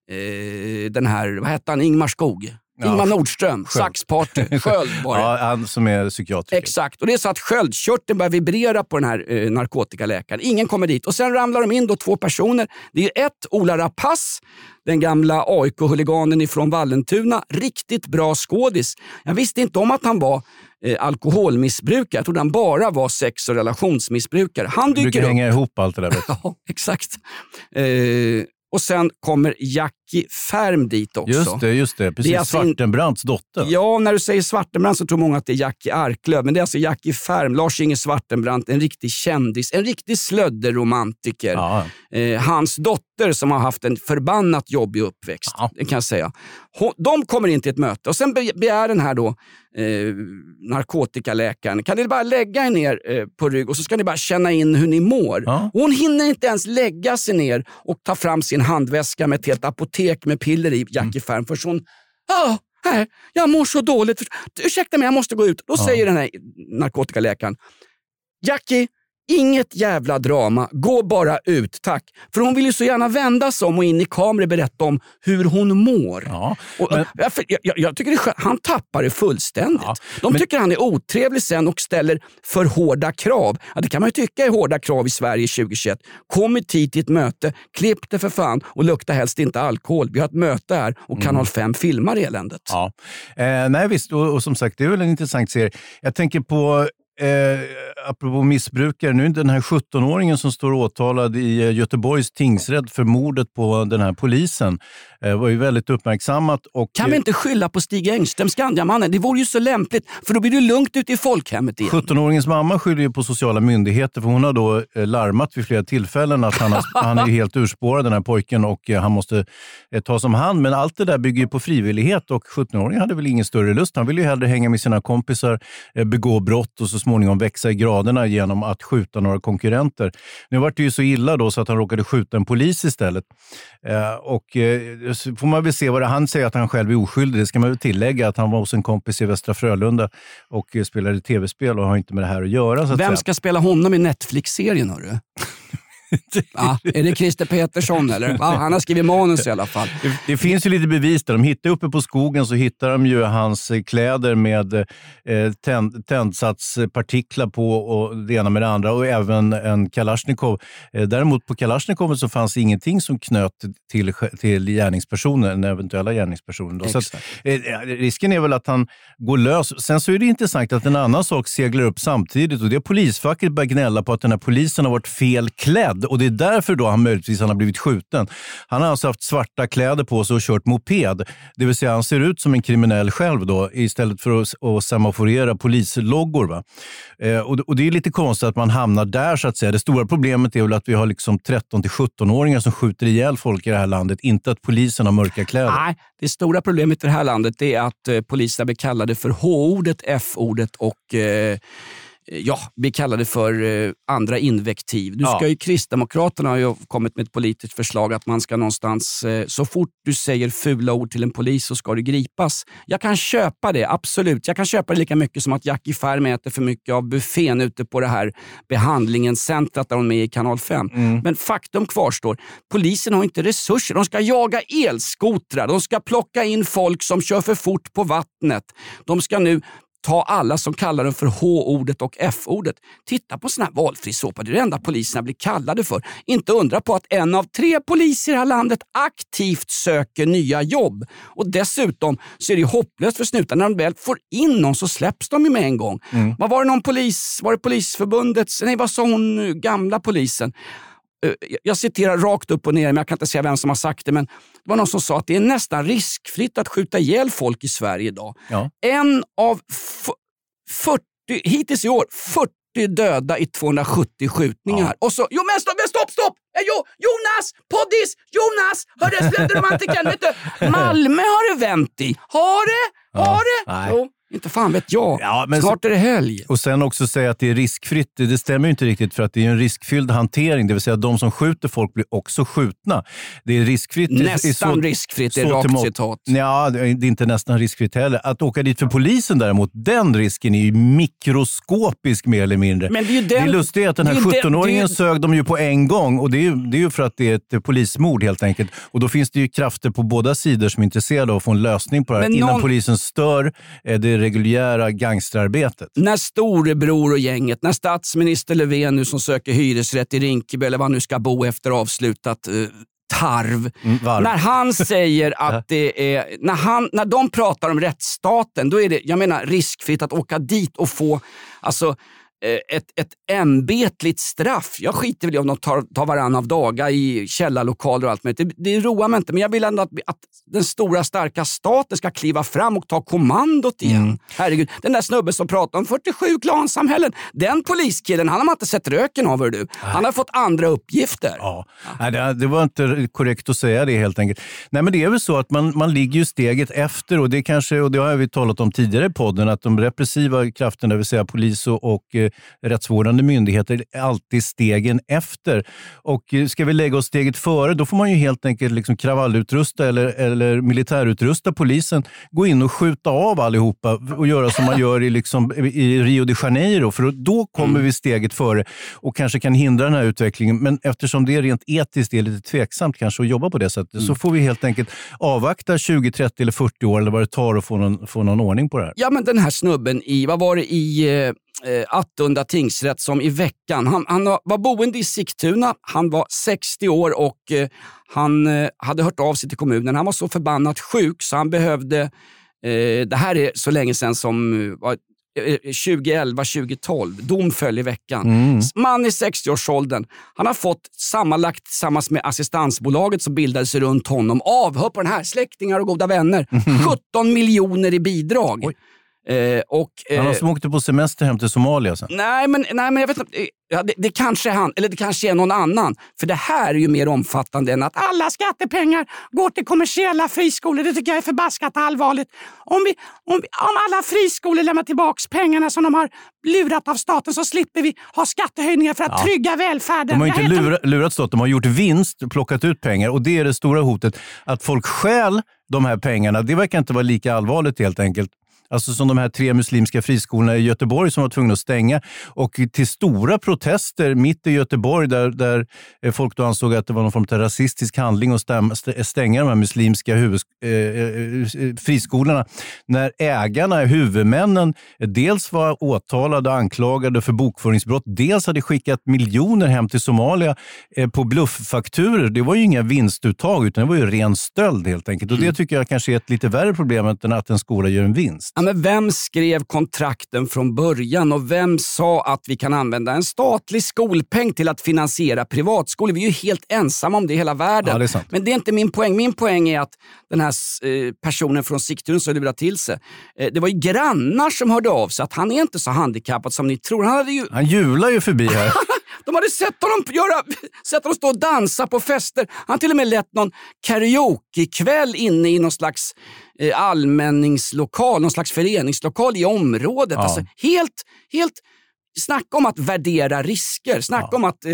eh, den här, vad heter han, Ingmar Skog. Ja. Ingmar Nordström, Saxparty, Sköld var det. Ja, han som är psykiatriker. Exakt, och det är så att sköldkörteln börjar vibrera på den här eh, narkotikaläkaren. Ingen kommer dit. Och sen ramlar de in då två personer. Det är ett, Ola Rapace, den gamla A I K-huliganen ifrån Vallentuna. Riktigt bra skådis. Jag visste inte om att han var eh, alkoholmissbrukare. Jag trodde han bara var sex- och relationsmissbrukare. Han dyker brukar upp. hänga ihop allt det där. Ja, exakt. Eh, Och sen kommer Jackie Färm dit också. Just det, just det. Precis, det alltså Svartenbrandts dotter. Ja, när du säger Svartenbrandt så tror många att det är Jackie Arklöv. Men det är alltså Jackie Färm, Lars-Inge Svartenbrandt, en riktig kändis. En riktig slödderromantiker. Ja. Eh, hans dotter som har haft en förbannat jobbig uppväxt. Ja. Det kan jag säga. Hon, de kommer in till ett möte och sen begär den här då eh, narkotikaläkaren. Kan ni bara lägga er ner eh, på rygg och så ska ni bara känna in hur ni mår. Ja. Hon hinner inte ens lägga sig ner och ta fram sin handväska med ett helt apotek med piller i, Jackie Färm. För hon, ja, här, jag mår så dåligt. Ursäkta mig, jag måste gå ut. Då ja. säger den här narkotikaläkaren, Jackie, inget jävla drama, gå bara ut, tack. För hon vill ju så gärna vända sig om och in i kameran och berätta om hur hon mår. Ja, och, men... jag, jag, jag tycker det är, han tappar det fullständigt. Ja, De men... tycker han är otrevlig sen och ställer för hårda krav. Ja, det kan man ju tycka är hårda krav i Sverige tjugohundratjugoett. Kom i tid till ett möte, klipp det för fan och lukta helst inte alkohol. Vi har ett möte här och Kanal fem filmar eländet. Ja. Eh, nej visst, och, och som sagt det är väl en intressant serie. Jag tänker på eh, apropå missbrukare, nu är den här sjuttonåringen som står åtalad i eh, Göteborgs tingsrätt för mordet på den här polisen eh, var ju väldigt uppmärksammat. Och, kan vi inte skylla på Stig Engström, Skandiamannen? Det vore ju så lämpligt, för då blir det lugnt ute i folkhemmet igen. sjuttonåringens mamma skyller ju på sociala myndigheter, för hon har då eh, larmat vid flera tillfällen att han, har, han är helt urspårad, den här pojken, och eh, han måste eh, tas om hand. Men allt det där bygger ju på frivillighet, och sjuttonåringen hade väl ingen större lust. Han ville ju hellre hänga med sina kompisar, eh, begå brott och så småningom växa i graderna genom att skjuta några konkurrenter. Nu var det ju så illa då så att han råkade skjuta en polis istället. Eh, och eh, så får man väl se vad det, han säger, att han själv är oskyldig. Det ska man väl tillägga, att han var hos en kompis i Västra Frölunda och eh, spelade tv-spel och har inte med det här att göra. Så att Vem säga. ska spela honom i Netflix-serien, hörru? Ja, är det Christer Petersson eller? Ja, han har skrivit manus i alla fall. Det, det finns ju lite bevis där. De hittar uppe på skogen, så hittar de ju hans kläder med eh, tänd, tändsatspartiklar på och det ena med det andra, och även en Kalashnikov. Eh, däremot på Kalashnikov så fanns ingenting som knöt till, till gärningspersonen, den eventuella gärningspersonen. Då. Så att, eh, risken är väl att han går lös. Sen så är det intressant att en annan sak seglar upp samtidigt, och det är polisfacket börjar gnälla på att den här polisen har varit fel klädd. Och det är därför då han möjligtvis han har blivit skjuten. Han har alltså haft svarta kläder på sig och kört moped. Det vill säga han ser ut som en kriminell själv då, istället för att, att semaforera polisloggor. Va? Eh, och, och det är lite konstigt att man hamnar där så att säga. Det stora problemet är väl att vi har liksom tretton till sjutton-åringar som skjuter ihjäl folk i det här landet. Inte att polisen har mörka kläder. Nej, det stora problemet i det här landet är att eh, polisen blir kallade för H-ordet, F-ordet och... Eh, Ja, vi kallar det för eh, andra invektiv. Du ska ja. ju, Kristdemokraterna har ju kommit med ett politiskt förslag att man ska någonstans, eh, så fort du säger fula ord till en polis så ska du gripas. Jag kan köpa det, absolut. Jag kan köpa det lika mycket som att Jackie Färm äter för mycket av buffén ute på det här behandlingens centrat där hon är med i kanal fem. Mm. Men faktum kvarstår, polisen har inte resurser. De ska jaga elskotrar, de ska plocka in folk som kör för fort på vattnet. De ska nu ta alla som kallar dem för H-ordet och F-ordet. Titta på såna här valfri såpa. Det är det enda poliserna blir kallade för. Inte undra på att en av tre poliser i det här landet aktivt söker nya jobb. Och dessutom så är det ju hopplöst för snutar. När de väl får in någon så släpps de ju med en gång. Mm. Vad var det någon polis? Var det polisförbundets? Nej, vad sa hon, gamla polisen? Jag citerar rakt upp och ner, men jag kan inte säga vem som har sagt det, men det var någon som sa att det är nästan riskfritt att skjuta ihjäl folk i Sverige idag. Ja. En av fyrtio, hittills i år, fyrtio döda i tvåhundrasjuttio skjutningar. Ja. Och så, jo men stopp, stopp, stopp! Jo, Jonas, poddis, Jonas, hörde studentromantiken, vet du, Malmö har det vänt i. Har det? Har ja. det? Jo. Inte fan vet jag. Ja, men snart är det helg. Och sen också säga att det är riskfritt. Det stämmer ju inte riktigt, för att det är en riskfylld hantering. Det vill säga att de som skjuter folk blir också skjutna. Det är riskfritt. Nästan är så, riskfritt, det är rakt citat. Ja, det är inte nästan riskfritt heller. Att åka dit för polisen däremot, den risken är ju mikroskopisk mer eller mindre. Men det är ju den, det är lustigt att den här sjuttonåringen den, sög de ju på en gång. Och det är ju, det är ju för att det är ett polismord helt enkelt. Och då finns det ju krafter på båda sidor som är intresserade av att få en lösning på det här. Men innan någon... polisen stör det reguljära gangsterarbetet. När storebror och gänget, när statsminister Löfven nu som söker hyresrätt i Rinkeby eller vad nu ska bo efter avslutat uh, tarv. Mm, när han säger att det är, när, han, när de pratar om rättsstaten, då är det, jag menar, riskfritt att åka dit och få, alltså Ett, ett ämbetligt straff. Jag skiter väl i om de tar, tar varann av dagar i källarlokaler och allt möjligt. Det, det roar mig inte, men jag vill ändå att, att den stora starka staten ska kliva fram och ta kommandot igen. Mm. Herregud, den där snubben som pratar om fyrtiosju klansamhällen, den poliskillen, han har man inte sett röken av, du. Han har fått andra uppgifter. Ja. Nej, det, det var inte korrekt att säga det helt enkelt. Nej, men det är väl så att man, man ligger ju steget efter, och det kanske, och det har vi talat om tidigare i podden, att de repressiva krafterna, det vill säga polis och, och rättsvårdande myndigheter, är alltid stegen efter. Och ska vi lägga oss steget före, då får man ju helt enkelt liksom kravallutrusta eller, eller militärutrusta polisen, gå in och skjuta av allihopa och göra som man gör i, liksom, i Rio de Janeiro, för då kommer mm. vi steget före och kanske kan hindra den här utvecklingen. Men eftersom det är rent etiskt är lite tveksamt kanske att jobba på det sättet, mm. så får vi helt enkelt avvakta tjugo, trettio eller fyrtio år eller vad det tar att få någon, få någon ordning på det här. Ja, men den här snubben i, vad var det i... Eh... Attunda tingsrätt som i veckan, han, han var boende i Sigtuna, han var sextio år och eh, han eh, hade hört av sig till kommunen. Han var så förbannat sjuk så han behövde, eh, det här är så länge sedan som, eh, tjugoelva tjugotolv. Dom föll i veckan. Mm. Man i sextioårsåldern. Han har fått sammanlagt tillsammans med assistansbolaget som bildades runt honom. Avhör på den här, släktingar och goda vänner. sjutton miljoner i bidrag. Oj. Eh, och, eh, Han har som åkte på semester hem till Somalia sen. Nej, men, nej, men jag vet inte. Ja, det, det kanske är han, eller det kanske är någon annan. För det här är ju mer omfattande än att alla skattepengar går till kommersiella friskolor. Det tycker jag är förbaskat allvarligt. Om, vi, om, vi, om alla friskolor lämnar tillbaka pengarna som de har lurat av staten så slipper vi ha skattehöjningar för att Ja. trygga välfärden. De har ju inte Jag heter- lurat, lurat staten, de har gjort vinst och plockat ut pengar. Och det är det stora hotet. Att folk stjäl de här pengarna, det verkar inte vara lika allvarligt helt enkelt. Alltså som de här tre muslimska friskolorna i Göteborg som var tvungna att stänga. Och till stora protester mitt i Göteborg där, där folk då ansåg att det var någon form av rasistisk handling att stäm, stänga de här muslimska huvud, eh, friskolorna. När ägarna, huvudmännen, dels var åtalade och anklagade för bokföringsbrott, dels hade skickat miljoner hem till Somalia eh, på blufffakturer. Det var ju inga vinstuttag utan det var ju ren stöld helt enkelt. Och det tycker jag kanske är ett lite värre problem än att en skola gör en vinst. Ja, men vem skrev kontrakten från början och vem sa att vi kan använda en statlig skolpeng till att finansiera privatskolor? Vi är ju helt ensamma om det i hela världen. Ja, det är sant. Men det är inte min poäng. Min poäng är att den här eh, personen från Sigtuna som lurat till sig, eh, det var ju grannar som hörde av sig att han är inte så handikappad som ni tror. Han hade ju... Han hjular ju förbi här. De hade sett honom, göra, sett honom stå och dansa på fester. Han till och med lett någon karaokekväll inne i någon slags eh, allmänningslokal, någon slags föreningslokal i området. Ja. Alltså, helt, helt snacka om att värdera risker. Snacka Ja. om att eh,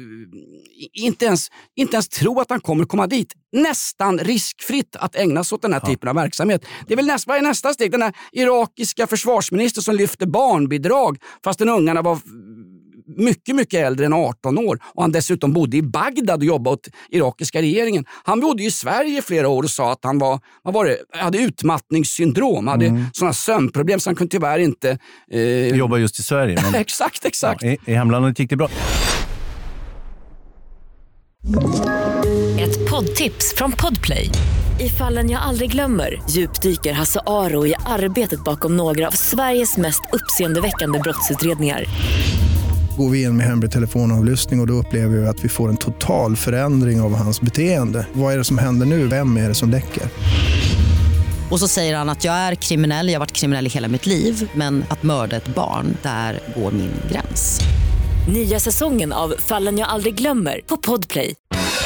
inte, ens, inte ens tro att han kommer komma dit. Nästan riskfritt att ägna sig åt den här Ja. typen av verksamhet. Det är väl nästa, vad är nästa steg? Den här irakiska försvarsminister som lyfter barnbidrag fast den ungarna var mycket, mycket äldre än arton år och han dessutom bodde i Bagdad och jobbade åt irakiska regeringen. Han bodde ju i Sverige i flera år och sa att han var, vad var det, hade utmattningssyndrom, hade mm. sådana sömnproblem så han kunde tyvärr inte... Eh... jobba just i Sverige. Men... exakt, exakt. Ja, i, I hemlandet gick det bra. Ett poddtips från Podplay. I Fallen jag aldrig glömmer djupdyker Hasse Aro i arbetet bakom några av Sveriges mest uppseendeväckande brottsutredningar. Går vi in med hemlig telefonavlyssning och, och då upplever vi att vi får en total förändring av hans beteende. Vad är det som händer nu? Vem är det som läcker? Och så säger han att jag är kriminell, jag har varit kriminell i hela mitt liv. Men att mörda ett barn, där går min gräns. Nya säsongen av Fallen jag aldrig glömmer på Podplay.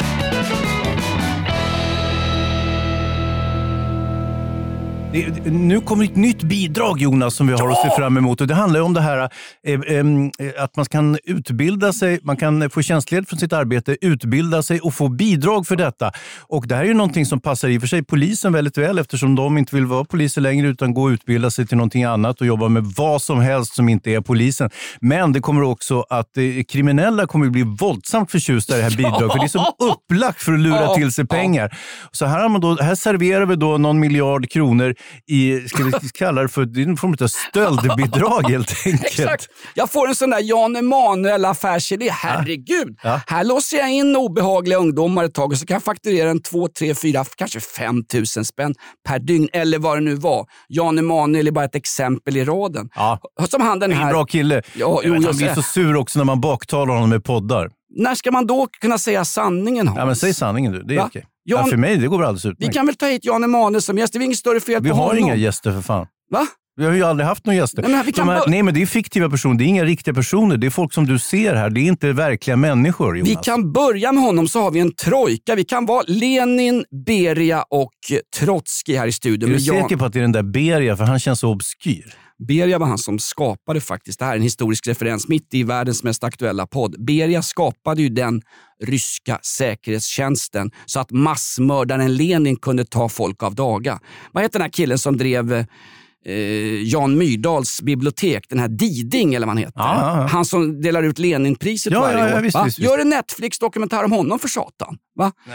Det, nu kommer ett nytt bidrag, Jonas, som vi har att se fram emot. Och det handlar om det här eh, eh, att man kan utbilda sig, man kan få tjänstledighet från sitt arbete, utbilda sig och få bidrag för detta. Och det här är ju någonting som passar i och för sig polisen väldigt väl eftersom de inte vill vara poliser längre utan gå och utbilda sig till någonting annat och jobba med vad som helst som inte är polisen. Men det kommer också att eh, kriminella kommer bli våldsamt förtjusta i det här bidraget för det är som upplagt för att lura till sig pengar. Så här, har man då, här serverar vi då någon miljard kronor i, ska vi kalla det för, det är en form av stöldbidrag helt enkelt. Exakt. Jag får en sån där Jan Emanuel affärsidé. Herregud. Ja. Här låser jag in obehagliga ungdomar ett tag och så kan jag fakturera en två, tre, fyra, kanske fem tusen spänn per dygn eller vad det nu var. Jan Emanuel är bara ett exempel i raden. Ja. Som han den Det är en här... bra kille. Ja, jo, han jag blir ser. så sur också när man baktalar honom med poddar. När ska man då kunna säga sanningen, Hans? Ja, men säg sanningen du, det är Va? okej. Jan- Ja, för mig, det går alldeles Vi utmärkt. kan väl ta hit Jan Emanuel som gäst. Det är inget större fel Vi på har honom. inga gäster för fan. Va? Vi har ju aldrig haft några gäster. Nej, men vi kan De här, bör- nej, men det är fiktiva personer. Det är inga riktiga personer. Det är folk som du ser här. Det är inte verkliga människor, Jonas. Vi kan börja med honom så har vi en trojka. Vi kan vara Lenin, Beria och Trotskij här i studion. Är du Men Jan- säker på att det är den där Beria? För han känns så obskyr. Beria var han som skapade faktiskt, det här är en historisk referens mitt i världens mest aktuella podd. Beria skapade ju den ryska säkerhetstjänsten så att massmördaren Lenin kunde ta folk av daga. Vad heter den här killen som drev eh, Jan Myrdals bibliotek, den här Diding eller vad han heter. Ja, ja, ja. Han som delar ut Leninpriset Ja, varje ja, ja, år. visst, Va? visst, visst. Gör en Netflix-dokumentär om honom för satan. Va? Nej.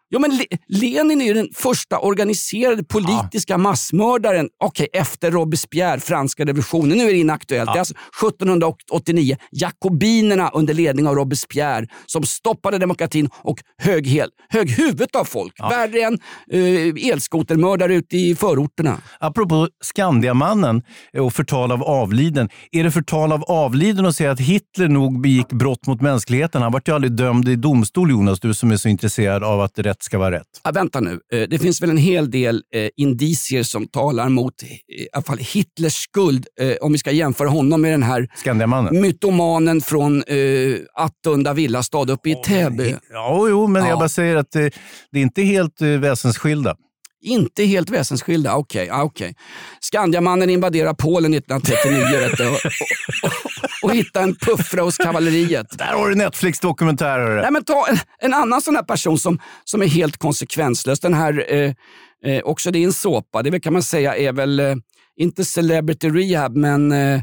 Jo, men Le- Lenin är ju den första organiserade politiska ja. massmördaren. Okej, okay, efter Robespierre, franska revolutionen. Nu är det inaktuellt. Ja. Det är alltså sjuttonhundraåttionio. Jakobinerna under ledning av Robespierre som stoppade demokratin och hög, hel, hög huvudet av folk. Ja. Värre än uh, elskotermördare ute i förorterna. Apropå Skandiamannen och förtal av avliden. Är det förtal av avliden att säga att Hitler nog begick brott mot mänskligheten? Han var ju aldrig dömd i domstol, Jonas, du som är så intresserad av att rätt ska vara rätt. Ja, vänta nu. Det finns väl en hel del eh, indicier som talar mot eh, i alla fall Hitlers skuld, eh, om vi ska jämföra honom med den här Skandiamannen. mytomanen från eh, Attunda villastad uppe i oh, Täby. Ja, jo, men ja. jag bara säger att eh, det är inte helt eh, väsensskilda. Inte helt väsensskilda, okej. Okay, okay. Skandiamannen invaderar Polen nittonhundratrettionio vet du, och, och, och hittar en puffra hos kavalleriet. Där har du Netflix-dokumentärer. Nej, men ta en, en annan sån här person som, som är helt konsekvenslös. Den här, eh, eh, också det är en såpa, det kan man säga är väl eh, inte Celebrity Rehab, men eh,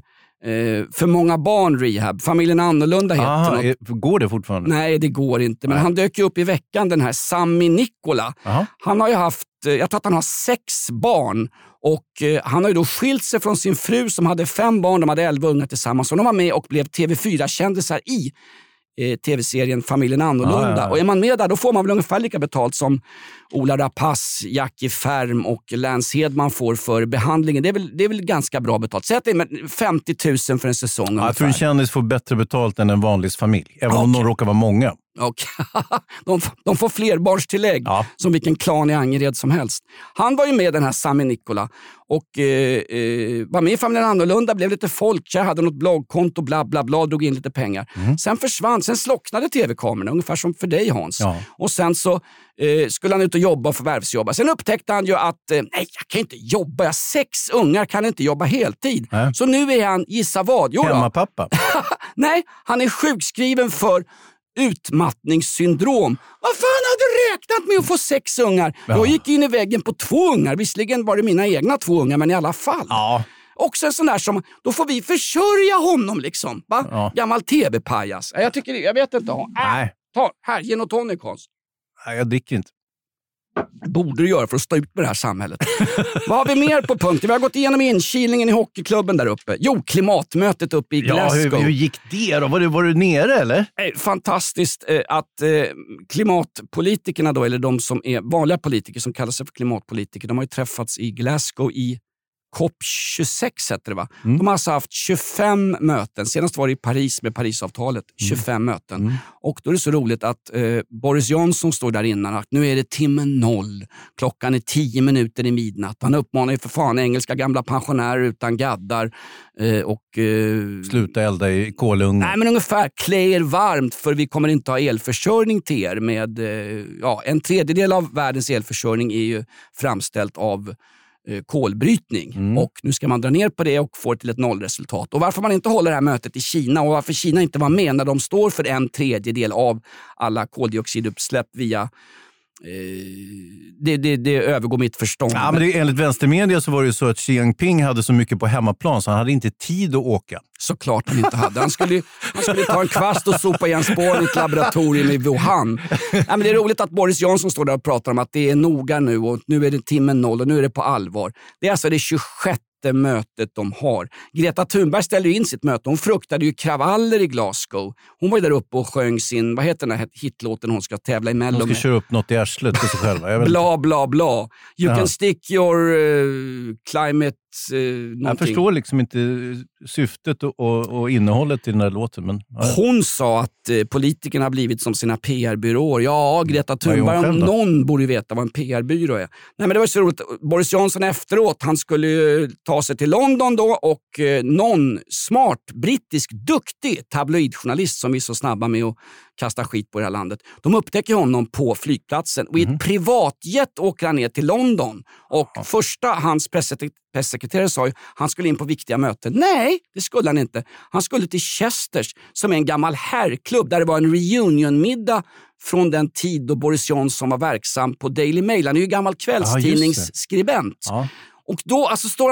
för många barn rehab. Familjen Annorlunda heter Aha, något. Går det fortfarande? Nej, det går inte. Men Nej. han dök ju upp i veckan, den här Sami Nikola. Aha. Han har ju haft, jag tror att han har sex barn. Och eh, han har ju då skilt sig från sin fru som hade fem barn. De hade elva unga tillsammans. Och de var med och blev T V fyra-kändisar i eh, tv-serien Familjen Annorlunda. Ah, ja, ja. Och är man med där, då får man väl ungefär lika betalt som Ola Rapace, Jackie Färm och Lance Hedman får för behandlingen. Det är väl, det är väl ganska bra betalt. Säg att det är femtio tusen för en säsong. Ja, jag tror en kändis får bättre betalt än en vanlig familj. Även okay. om de råkar vara många. Okay. de, de får flerbarnstillägg ja. som vilken klan i Angered som helst. Han var ju med den här Sami Nikola och eh, eh, var med i Familjen Annorlunda, blev lite folkkär, hade något bloggkonto, bla bla bla, drog in lite pengar. Mm. Sen försvann, sen slocknade tv-kamerorna, ungefär som för dig Hans. Ja. Och sen så eh, skulle han ut och jobba och förvärvsjobba. Sen upptäckte han ju att eh, nej, jag kan inte jobba, jag har sex ungar, kan inte jobba heltid. Äh. Så nu är han, gissa vad? Jo, hemmapappa. Nej, han är sjukskriven för utmattningssyndrom. Vad fan hade du räknat med att få sex ungar? Ja. Jag gick in i väggen på två ungar. Visserligen var det mina egna två ungar, men i alla fall. Ja. Också en sån där som, då får vi försörja honom liksom. Va? Ja. Gammal tv-pajas. Jag tycker, jag vet inte. Äh, Nej. Ta, här, ge något tonic, Hans. Nej, jag dricker inte. Borde du göra för att stå ut med det här samhället. Vad har vi mer på punkten? Vi har gått igenom inkilningen i hockeyklubben där uppe. Jo, klimatmötet uppe i Glasgow. Ja, hur, hur gick det då? Var du, var du nere eller? Eh, fantastiskt eh, att eh, klimatpolitikerna då, eller de som är vanliga politiker som kallar sig för klimatpolitiker, de har ju träffats i Glasgow i C O P tjugosex heter det va? Mm. De har alltså haft tjugofem möten. Senast var det i Paris med Parisavtalet. tjugofem mm. möten. Mm. Och då är det så roligt att eh, Boris Johnson står där innan. Att nu är det timmen noll. Klockan är tio minuter i midnatt. Han uppmanar ju för fan engelska gamla pensionärer utan gaddar. Eh, och, eh, Sluta elda i kolugnen. Nej, men ungefär klä er varmt för vi kommer inte ha elförsörjning till er. Med, eh, ja, en tredjedel av världens elförsörjning är ju framställt av kolbrytning. Mm. Och nu ska man dra ner på det och få till ett nollresultat. Och varför man inte håller det här mötet i Kina och varför Kina inte var med när de står för en tredjedel av alla koldioxiduppsläpp via eh, det, det, det övergår mitt förstånd. Ja, men det, enligt vänstermedia så var det ju så att Xi Jinping hade så mycket på hemmaplan så han hade inte tid att åka. Såklart han inte hade. Han skulle, han skulle ta en kvast och sopa igen spåren i ett laboratorium i Wuhan. Ja, men det är roligt att Boris Johnson står där och pratar om att det är noga nu och nu är det timmen noll och nu är det på allvar. Det är alltså det tjugosjätte mötet de har. Greta Thunberg ställde ju in sitt möte. Hon fruktade ju kravaller i Glasgow. Hon var ju där uppe och sjöng sin, vad heter den här hitlåten hon ska tävla i Mello. Hon ska köra upp något i arslet för sig själva. Bla bla bla. You ja. can stick your uh, climate uh, Jag förstår liksom inte syftet och, och, och innehållet i den här låten. Men, ja. Hon sa att uh, politikerna har blivit som sina P R-byråer. Ja, Greta Thunberg, om någon borde veta vad en P R-byrå är. Nej, men det var så roligt. Boris Johnson efteråt, han skulle ju ta sig till London då och eh, någon smart, brittisk, duktig tabloidjournalist som vi är så snabba med att kasta skit på det här landet. De upptäcker honom på flygplatsen och i ett mm. privatjet åker han ner till London. Och ja. första hans pressekreterare sa ju han skulle in på viktiga möten. Nej, det skulle han inte. Han skulle till Chesters som är en gammal herrklubb där det var en reunionmiddag från den tid då Boris Johnson var verksam på Daily Mail. Han är ju gammal kvällstidningsskribent. Ja, och då alltså står han och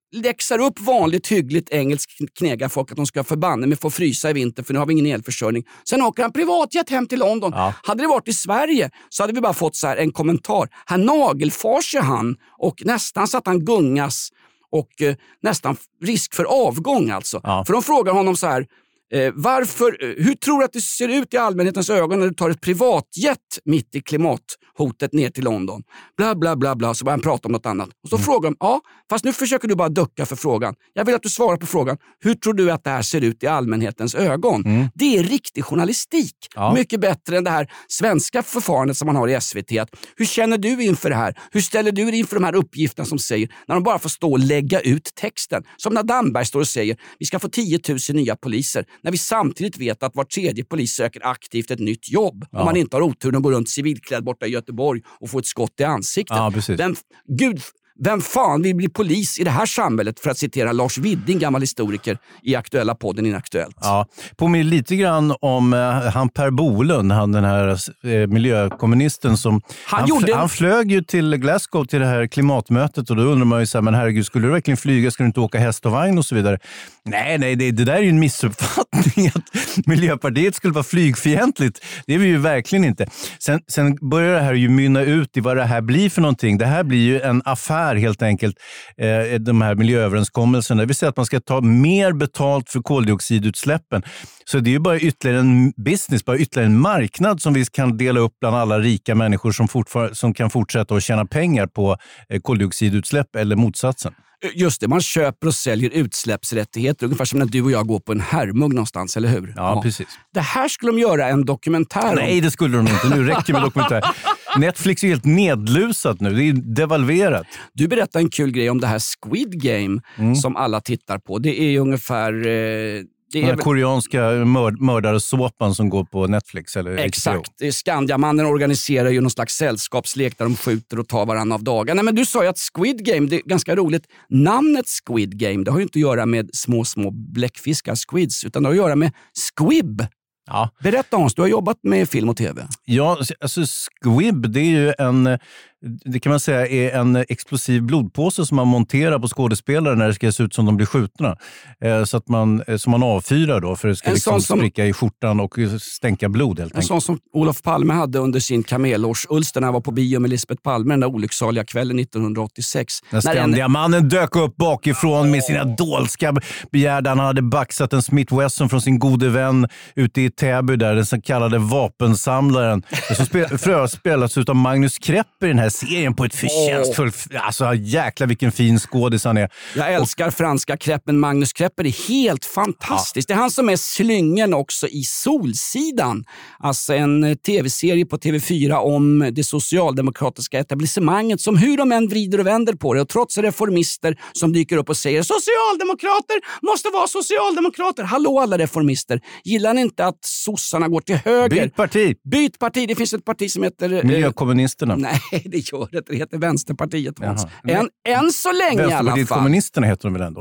läxar upp vanligt hyggligt engelskt knegarfolk att de ska förbanna med få frysa i vinter för nu har vi ingen elförsörjning. Sen åker han privatjet hem till London. Ja. Hade det varit i Sverige så hade vi bara fått så här en kommentar. Här nagelfars han och nästan så att han gungas och eh, nästan risk för avgång alltså. Ja. För de frågar honom så här, eh, varför, hur tror du att det ser ut i allmänhetens ögon när du tar ett privatjet mitt i klimathotet ner till London? Bla bla bla bla, så börjar han prata om något annat. Och så mm. frågar de, ja, fast nu försöker du bara ducka för frågan. Jag vill att du svarar på frågan, hur tror du att det här ser ut i allmänhetens ögon? Mm. Det är riktig journalistik. Ja. Mycket bättre än det här svenska förfarandet som man har i S V T. Att, hur känner du inför det här? Hur ställer du dig inför de här uppgifterna som säger, när de bara får stå och lägga ut texten? Som när Damberg står och säger, vi ska få tio tusen nya poliser. När vi samtidigt vet att var tredje polis söker aktivt ett nytt jobb. Ja. Om man inte har oturen att gå runt civilklädd borta i Göteborg och få ett skott i ansiktet. Ja, vem, Gud, vem fan vill bli polis i det här samhället, för att citera Lars Widding, gammal historiker i aktuella podden Inaktuellt. Ja, påminner lite grann om uh, han Per Bolund, han den här uh, miljökommunisten som han, han, gjorde... han flög ju till Glasgow till det här klimatmötet och då undrar man ju så här, men herregud, skulle du verkligen flyga, ska du inte åka häst och vagn och så vidare? Nej, nej, det, det där är ju en missuppfattning att Miljöpartiet skulle vara flygfientligt. Det är vi ju verkligen inte. Sen, sen börjar det här ju mynna ut i vad det här blir för någonting. Det här blir ju en affär helt enkelt, eh, de här miljööverenskommelserna. Det vill säga att man ska ta mer betalt för koldioxidutsläppen. Så det är ju bara ytterligare en business, bara ytterligare en marknad som vi kan dela upp bland alla rika människor som, fortfar- som kan fortsätta att tjäna pengar på eh, koldioxidutsläpp eller motsatsen. Just det, man köper och säljer utsläppsrättigheter ungefär som när du och jag går på en herrmugg någonstans, eller hur? Ja, ja, precis. Det här skulle de göra en dokumentär om. Nej, det skulle de inte. Nu räcker med dokumentär. Netflix är helt nedlusat nu. Det är devalverat. Du berättade en kul grej om det här Squid Game mm. som alla tittar på. Det är ungefär... Eh, Det är den koreanska mörd- mördarsåpan som går på Netflix eller exakt. H B O. Skandiamannen organiserar ju någon slags sällskapslek där de skjuter och tar varann av dagar. Nej, men du sa ju att Squid Game, det är ganska roligt. Namnet Squid Game, det har ju inte att göra med små, små bläckfiskar, squids, utan det har att göra med squib. Ja. Berätta Hans, du har jobbat med film och tv. Ja, alltså squib, det är ju en... Det kan man säga är en explosiv blodpåse som man monterar på skådespelare när det ska se ut som de blir skjutna. Eh, så att man, som man avfyrar då för att det ska liksom spricka som, i skjortan och stänka blod helt en enkelt. En sån som Olof Palme hade under sin kamelårsulster när han var på bio med Lisbeth Palme den där olycksaliga kvällen nittonhundraåttiosex. När Skandiamannen en... dök upp bakifrån oh. med sina dolska begärden. Han hade baxat en Smith Wesson från sin gode vän ute i Täby där, den så kallade vapensamlaren. Så spel, spelas ut av Magnus Krepp i den här serien på ett förtjänstfullt... Oh. Alltså jäkla vilken fin skådis han är. Jag älskar och, franska Kreppen. Magnus Krepp är helt fantastisk. Ja. Det är han som är slyngen också i Solsidan. Alltså en tv-serie på T V fyra om det socialdemokratiska etablissemanget som hur de än vrider och vänder på det. Och trots reformister som dyker upp och säger socialdemokrater måste vara socialdemokrater. Hallå alla reformister. Gillar ni inte att sossarna går till höger? Byt parti. Byt parti. Det finns ett parti som heter... Miljökommunisterna. Eh, nej, det gör det. Det heter Vänsterpartiet. En, än så länge i alla fall. Kommunisterna heter de väl ändå?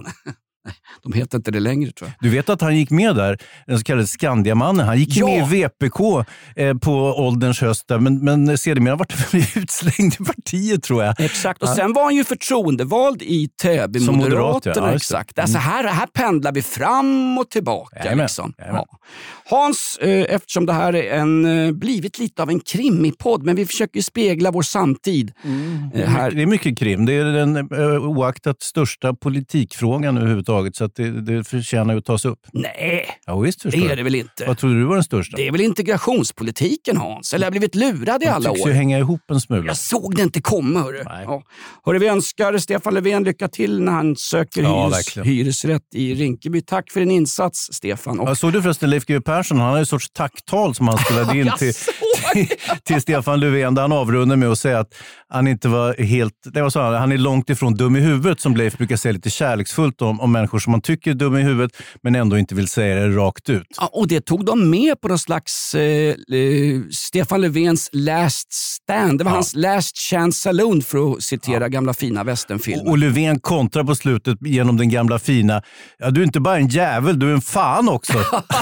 De heter inte det längre, tror jag. Du vet att han gick med där, den så kallade Skandiamannen. Han gick ja. med i V P K eh, på ålderns höst där, men, men sedermera var det utslängd i partiet, tror jag. Exakt, och ja. sen var han ju förtroendevald i Täby Moderaterna. Moderat, ja. Exakt. Mm. Alltså här, här pendlar vi fram och tillbaka. Jajamän. Liksom. Ja. Hans, eh, eftersom det här är en, eh, blivit lite av en krimipodd, men vi försöker spegla vår samtid. Mm. Eh, här. Det är mycket krim. Det är den eh, oaktat största politikfrågan överhuvudtaget. Så att det, det förtjänar ju att tas upp. Nej, ja, visst, det är det väl inte. Vad tror du var den största? Det är väl integrationspolitiken, Hans. Eller jag har blivit lurad i de alla år. Det tycks ju hänga ihop en smula. Jag såg det inte komma, hörru. Ja. Hörru, vi önskar Stefan Löfven lycka till när han söker ja, hyres, hyresrätt i Rinkeby. Tack för din insats, Stefan. Och... Jag såg du förresten Leif G W Persson, han har ju en sorts tacktal som han spelade in till, till, till Stefan Löfven, där han avrundade med att säga att han inte var helt... Det var så, han är långt ifrån dum i huvudet, som Leif brukar säga lite kärleksfullt om, om människor som man tycker är dum i huvudet men ändå inte vill säga det rakt ut. Ja, och det tog de med på någon slags eh, eh, Stefan Löfvens Last Stand. Det var ja. hans Last Chance Saloon, för att citera ja. gamla fina westernfilmer. Och, och Löfven kontrar på slutet genom den gamla fina. Ja, du är inte bara en jävel, du är en fan också.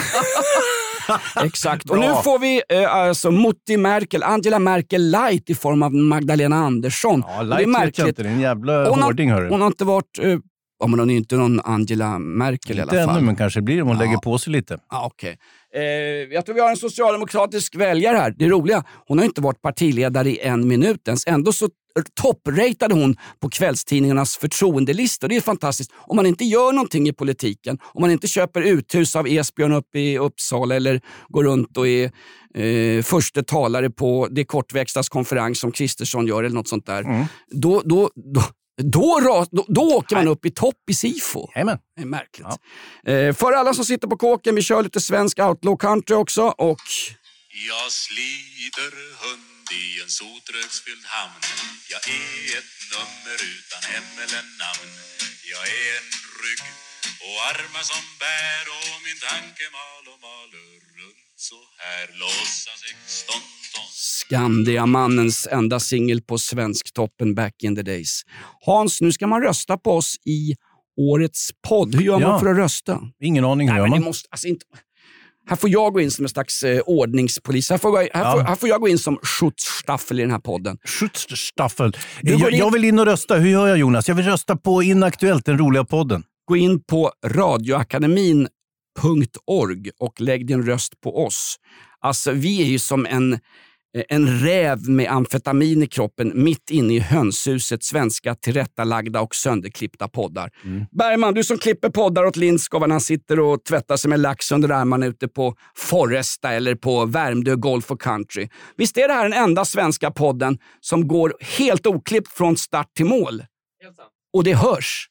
Exakt. Och nu får vi eh, alltså Mutti Merkel, Angela Merkel light i form av Magdalena Andersson. Ja, light vet jag inte, det är en jävla hårding, hörru. Hon har inte varit... Eh, Ja, men hon är ju inte någon Angela Merkel inte i alla fall. Ännu, men kanske blir det om hon ja. lägger på sig lite. Ja, okej. Okay. Eh, jag tror vi har en socialdemokratisk väljare här. Det är roliga. Hon har inte varit partiledare i en minut ens. Ändå så toppratade hon på kvällstidningarnas förtroendelistor. Det är fantastiskt. Om man inte gör någonting i politiken, om man inte köper uthus av Esbjörn uppe i Uppsala eller går runt och är eh, första talare på det kortväxtas konferens som Kristersson gör eller något sånt där. Mm. Då, då, då, då, då, då åker man upp i topp i SIFO. Amen. Det är märkligt. Ja. Eh, för alla som sitter på kåken, vi kör lite svensk outlaw country också. Och... Jag sliter hund i en sotröksfylld hamn. Jag är ett nummer utan hem eller namn. Jag är en rygg och armar som bär och min tanke mal och maler runt så här lossa sexton ton. Skandiamannens enda singel på Svensktoppen back in the days. Hans, nu ska man rösta på oss i årets podd. Hur gör ja. man för att rösta? Ingen aning hur Nej, gör man. Det måste, alltså inte... Här får jag gå in som en slags eh, ordningspolis. Här får, jag, här, ja. får, här får jag gå in som Schutzstaffel i den här podden. Schutzstaffel. Jag, jag vill in och rösta. Hur gör jag, Jonas? Jag vill rösta på Inaktuellt, den roliga podden. Gå in på radioakademin punkt org och lägg din röst på oss. Alltså, vi är ju som en, en räv med amfetamin i kroppen mitt inne i hönshuset, svenska tillrättalagda och sönderklippta poddar. Mm. Bergman, du som klipper poddar åt Lindskov när han sitter och tvättar sig med lax under armarna ute på Forresta eller på Värmdö Golf och Country. Visst är det här den enda svenska podden som går helt oklippt från start till mål? Och det hörs.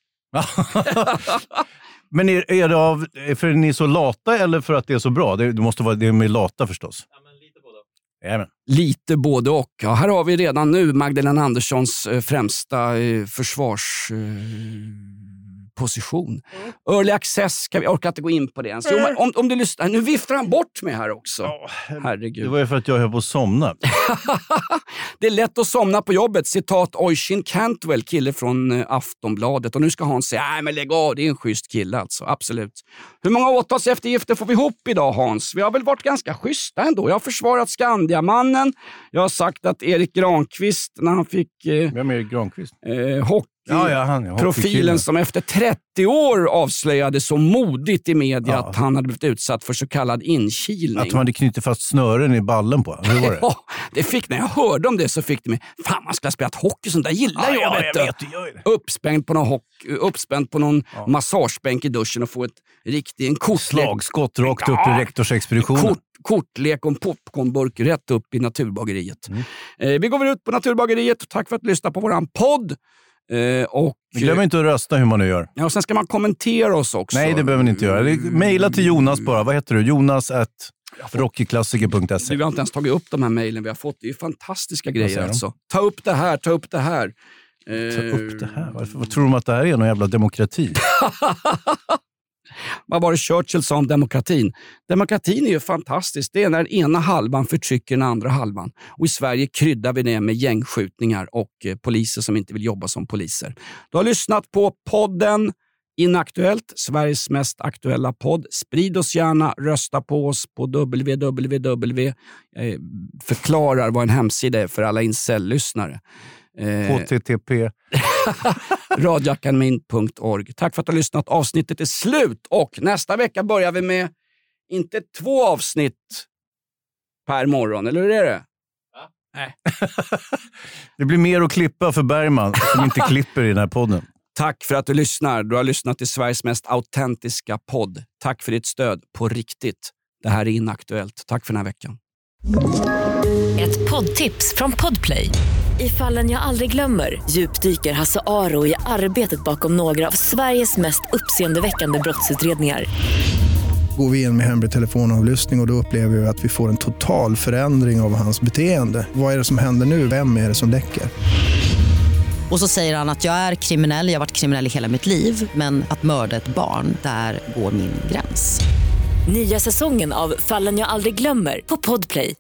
Men är, är det av, för att ni är så lata eller för att det är så bra? Det, det måste vara det med lata förstås. Ja, men lite både och. Jajamän. Lite både och. Ja, här har vi redan nu Magdalena Anderssons eh, främsta eh, försvarsposition. Eh, mm. Early access, kan vi orka inte gå in på det ens. Jo, men om, om du lyssnar, nu viftar han bort mig här också. Oh, herregud. Det var ju för att jag höll på att somna. Det är lätt att somna på jobbet. Citat Oisin Cantwell, kille från eh, Aftonbladet. Och nu ska han säga, nej men lägg av, det är en schysst kille alltså, absolut. Hur många åtalseftergifter får vi ihop idag, Hans? Vi har väl varit ganska schyssta ändå. Jag har försvarat Skandiamannen. Jag har sagt att Erik Granqvist, när han fick... Eh, Vem är Erik Granqvist? Eh, hockey, ja, ja, han, ja, profilen som efter trettio år avslöjade så modigt i media ja. att han hade blivit utsatt för så kallad inkilning. Att man hade knutit fast snören i ballen på. Hur var det? Ja, det fick, när jag hörde om det så fick det mig, fan man ska spela hockey, sånt där gillar ja, jag, ja, vet jag vet, jag gör det. Uppspänd på någon, hockey, uppspänd på någon ja. massagebänk i duschen och få ett riktigt, en kortlek. Slagskott rakt upp ja. i rektorsexpeditionen. Kort, kortlek och en popcornburk rätt upp i naturbageriet. Mm. Eh, vi går väl ut på naturbageriet. Tack för att lyssna på våran podd. Eh, och, glöm inte att rösta hur man nu gör. Ja, och sen ska man kommentera oss också. Nej, det behöver ni inte göra. Maila till Jonas bara. Vad heter du? Jonas at rockyklassiker punkt se. Vi har inte ens tagit upp de här mejlen vi har fått. Det är ju fantastiska grejer alltså. Ta upp det här, ta upp det här. Ta upp det här? Varför, vad tror de att det här är? Någon jävla demokrati? Vad var det Churchill sa om demokratin? Demokratin är ju fantastisk. Det är när den ena halvan förtrycker den andra halvan. Och i Sverige kryddar vi det med gängskjutningar och eh, poliser som inte vill jobba som poliser. Du har lyssnat på podden Inaktuellt, Sveriges mest aktuella podd. Sprid oss gärna, rösta på oss på w w w. Jag förklarar vad en hemsida är för alla incel-lyssnare. H T T P radioakademin punkt org. Tack för att du har lyssnat. Avsnittet är slut och nästa vecka börjar vi med inte två avsnitt per morgon, eller hur är det? Ja. Nej. Det blir mer att klippa för Bergman som inte klipper i den här podden. Tack för att du lyssnar. Du har lyssnat till Sveriges mest autentiska podd. Tack för ditt stöd på riktigt. Det här är Inaktuellt. Tack för den här veckan. Ett poddtips från Podplay. I Fallen jag aldrig glömmer djupdyker Hasse Aro i arbetet bakom några av Sveriges mest uppseendeväckande brottsutredningar. Går vi in med hemlig telefonavlyssning och då upplever vi att vi får en total förändring av hans beteende. Vad är det som händer nu? Vem är det som läcker? Och så säger han att jag är kriminell, jag har varit kriminell i hela mitt liv. Men att mörda ett barn, där går min gräns. Nya säsongen av Fallen jag aldrig glömmer på Podplay.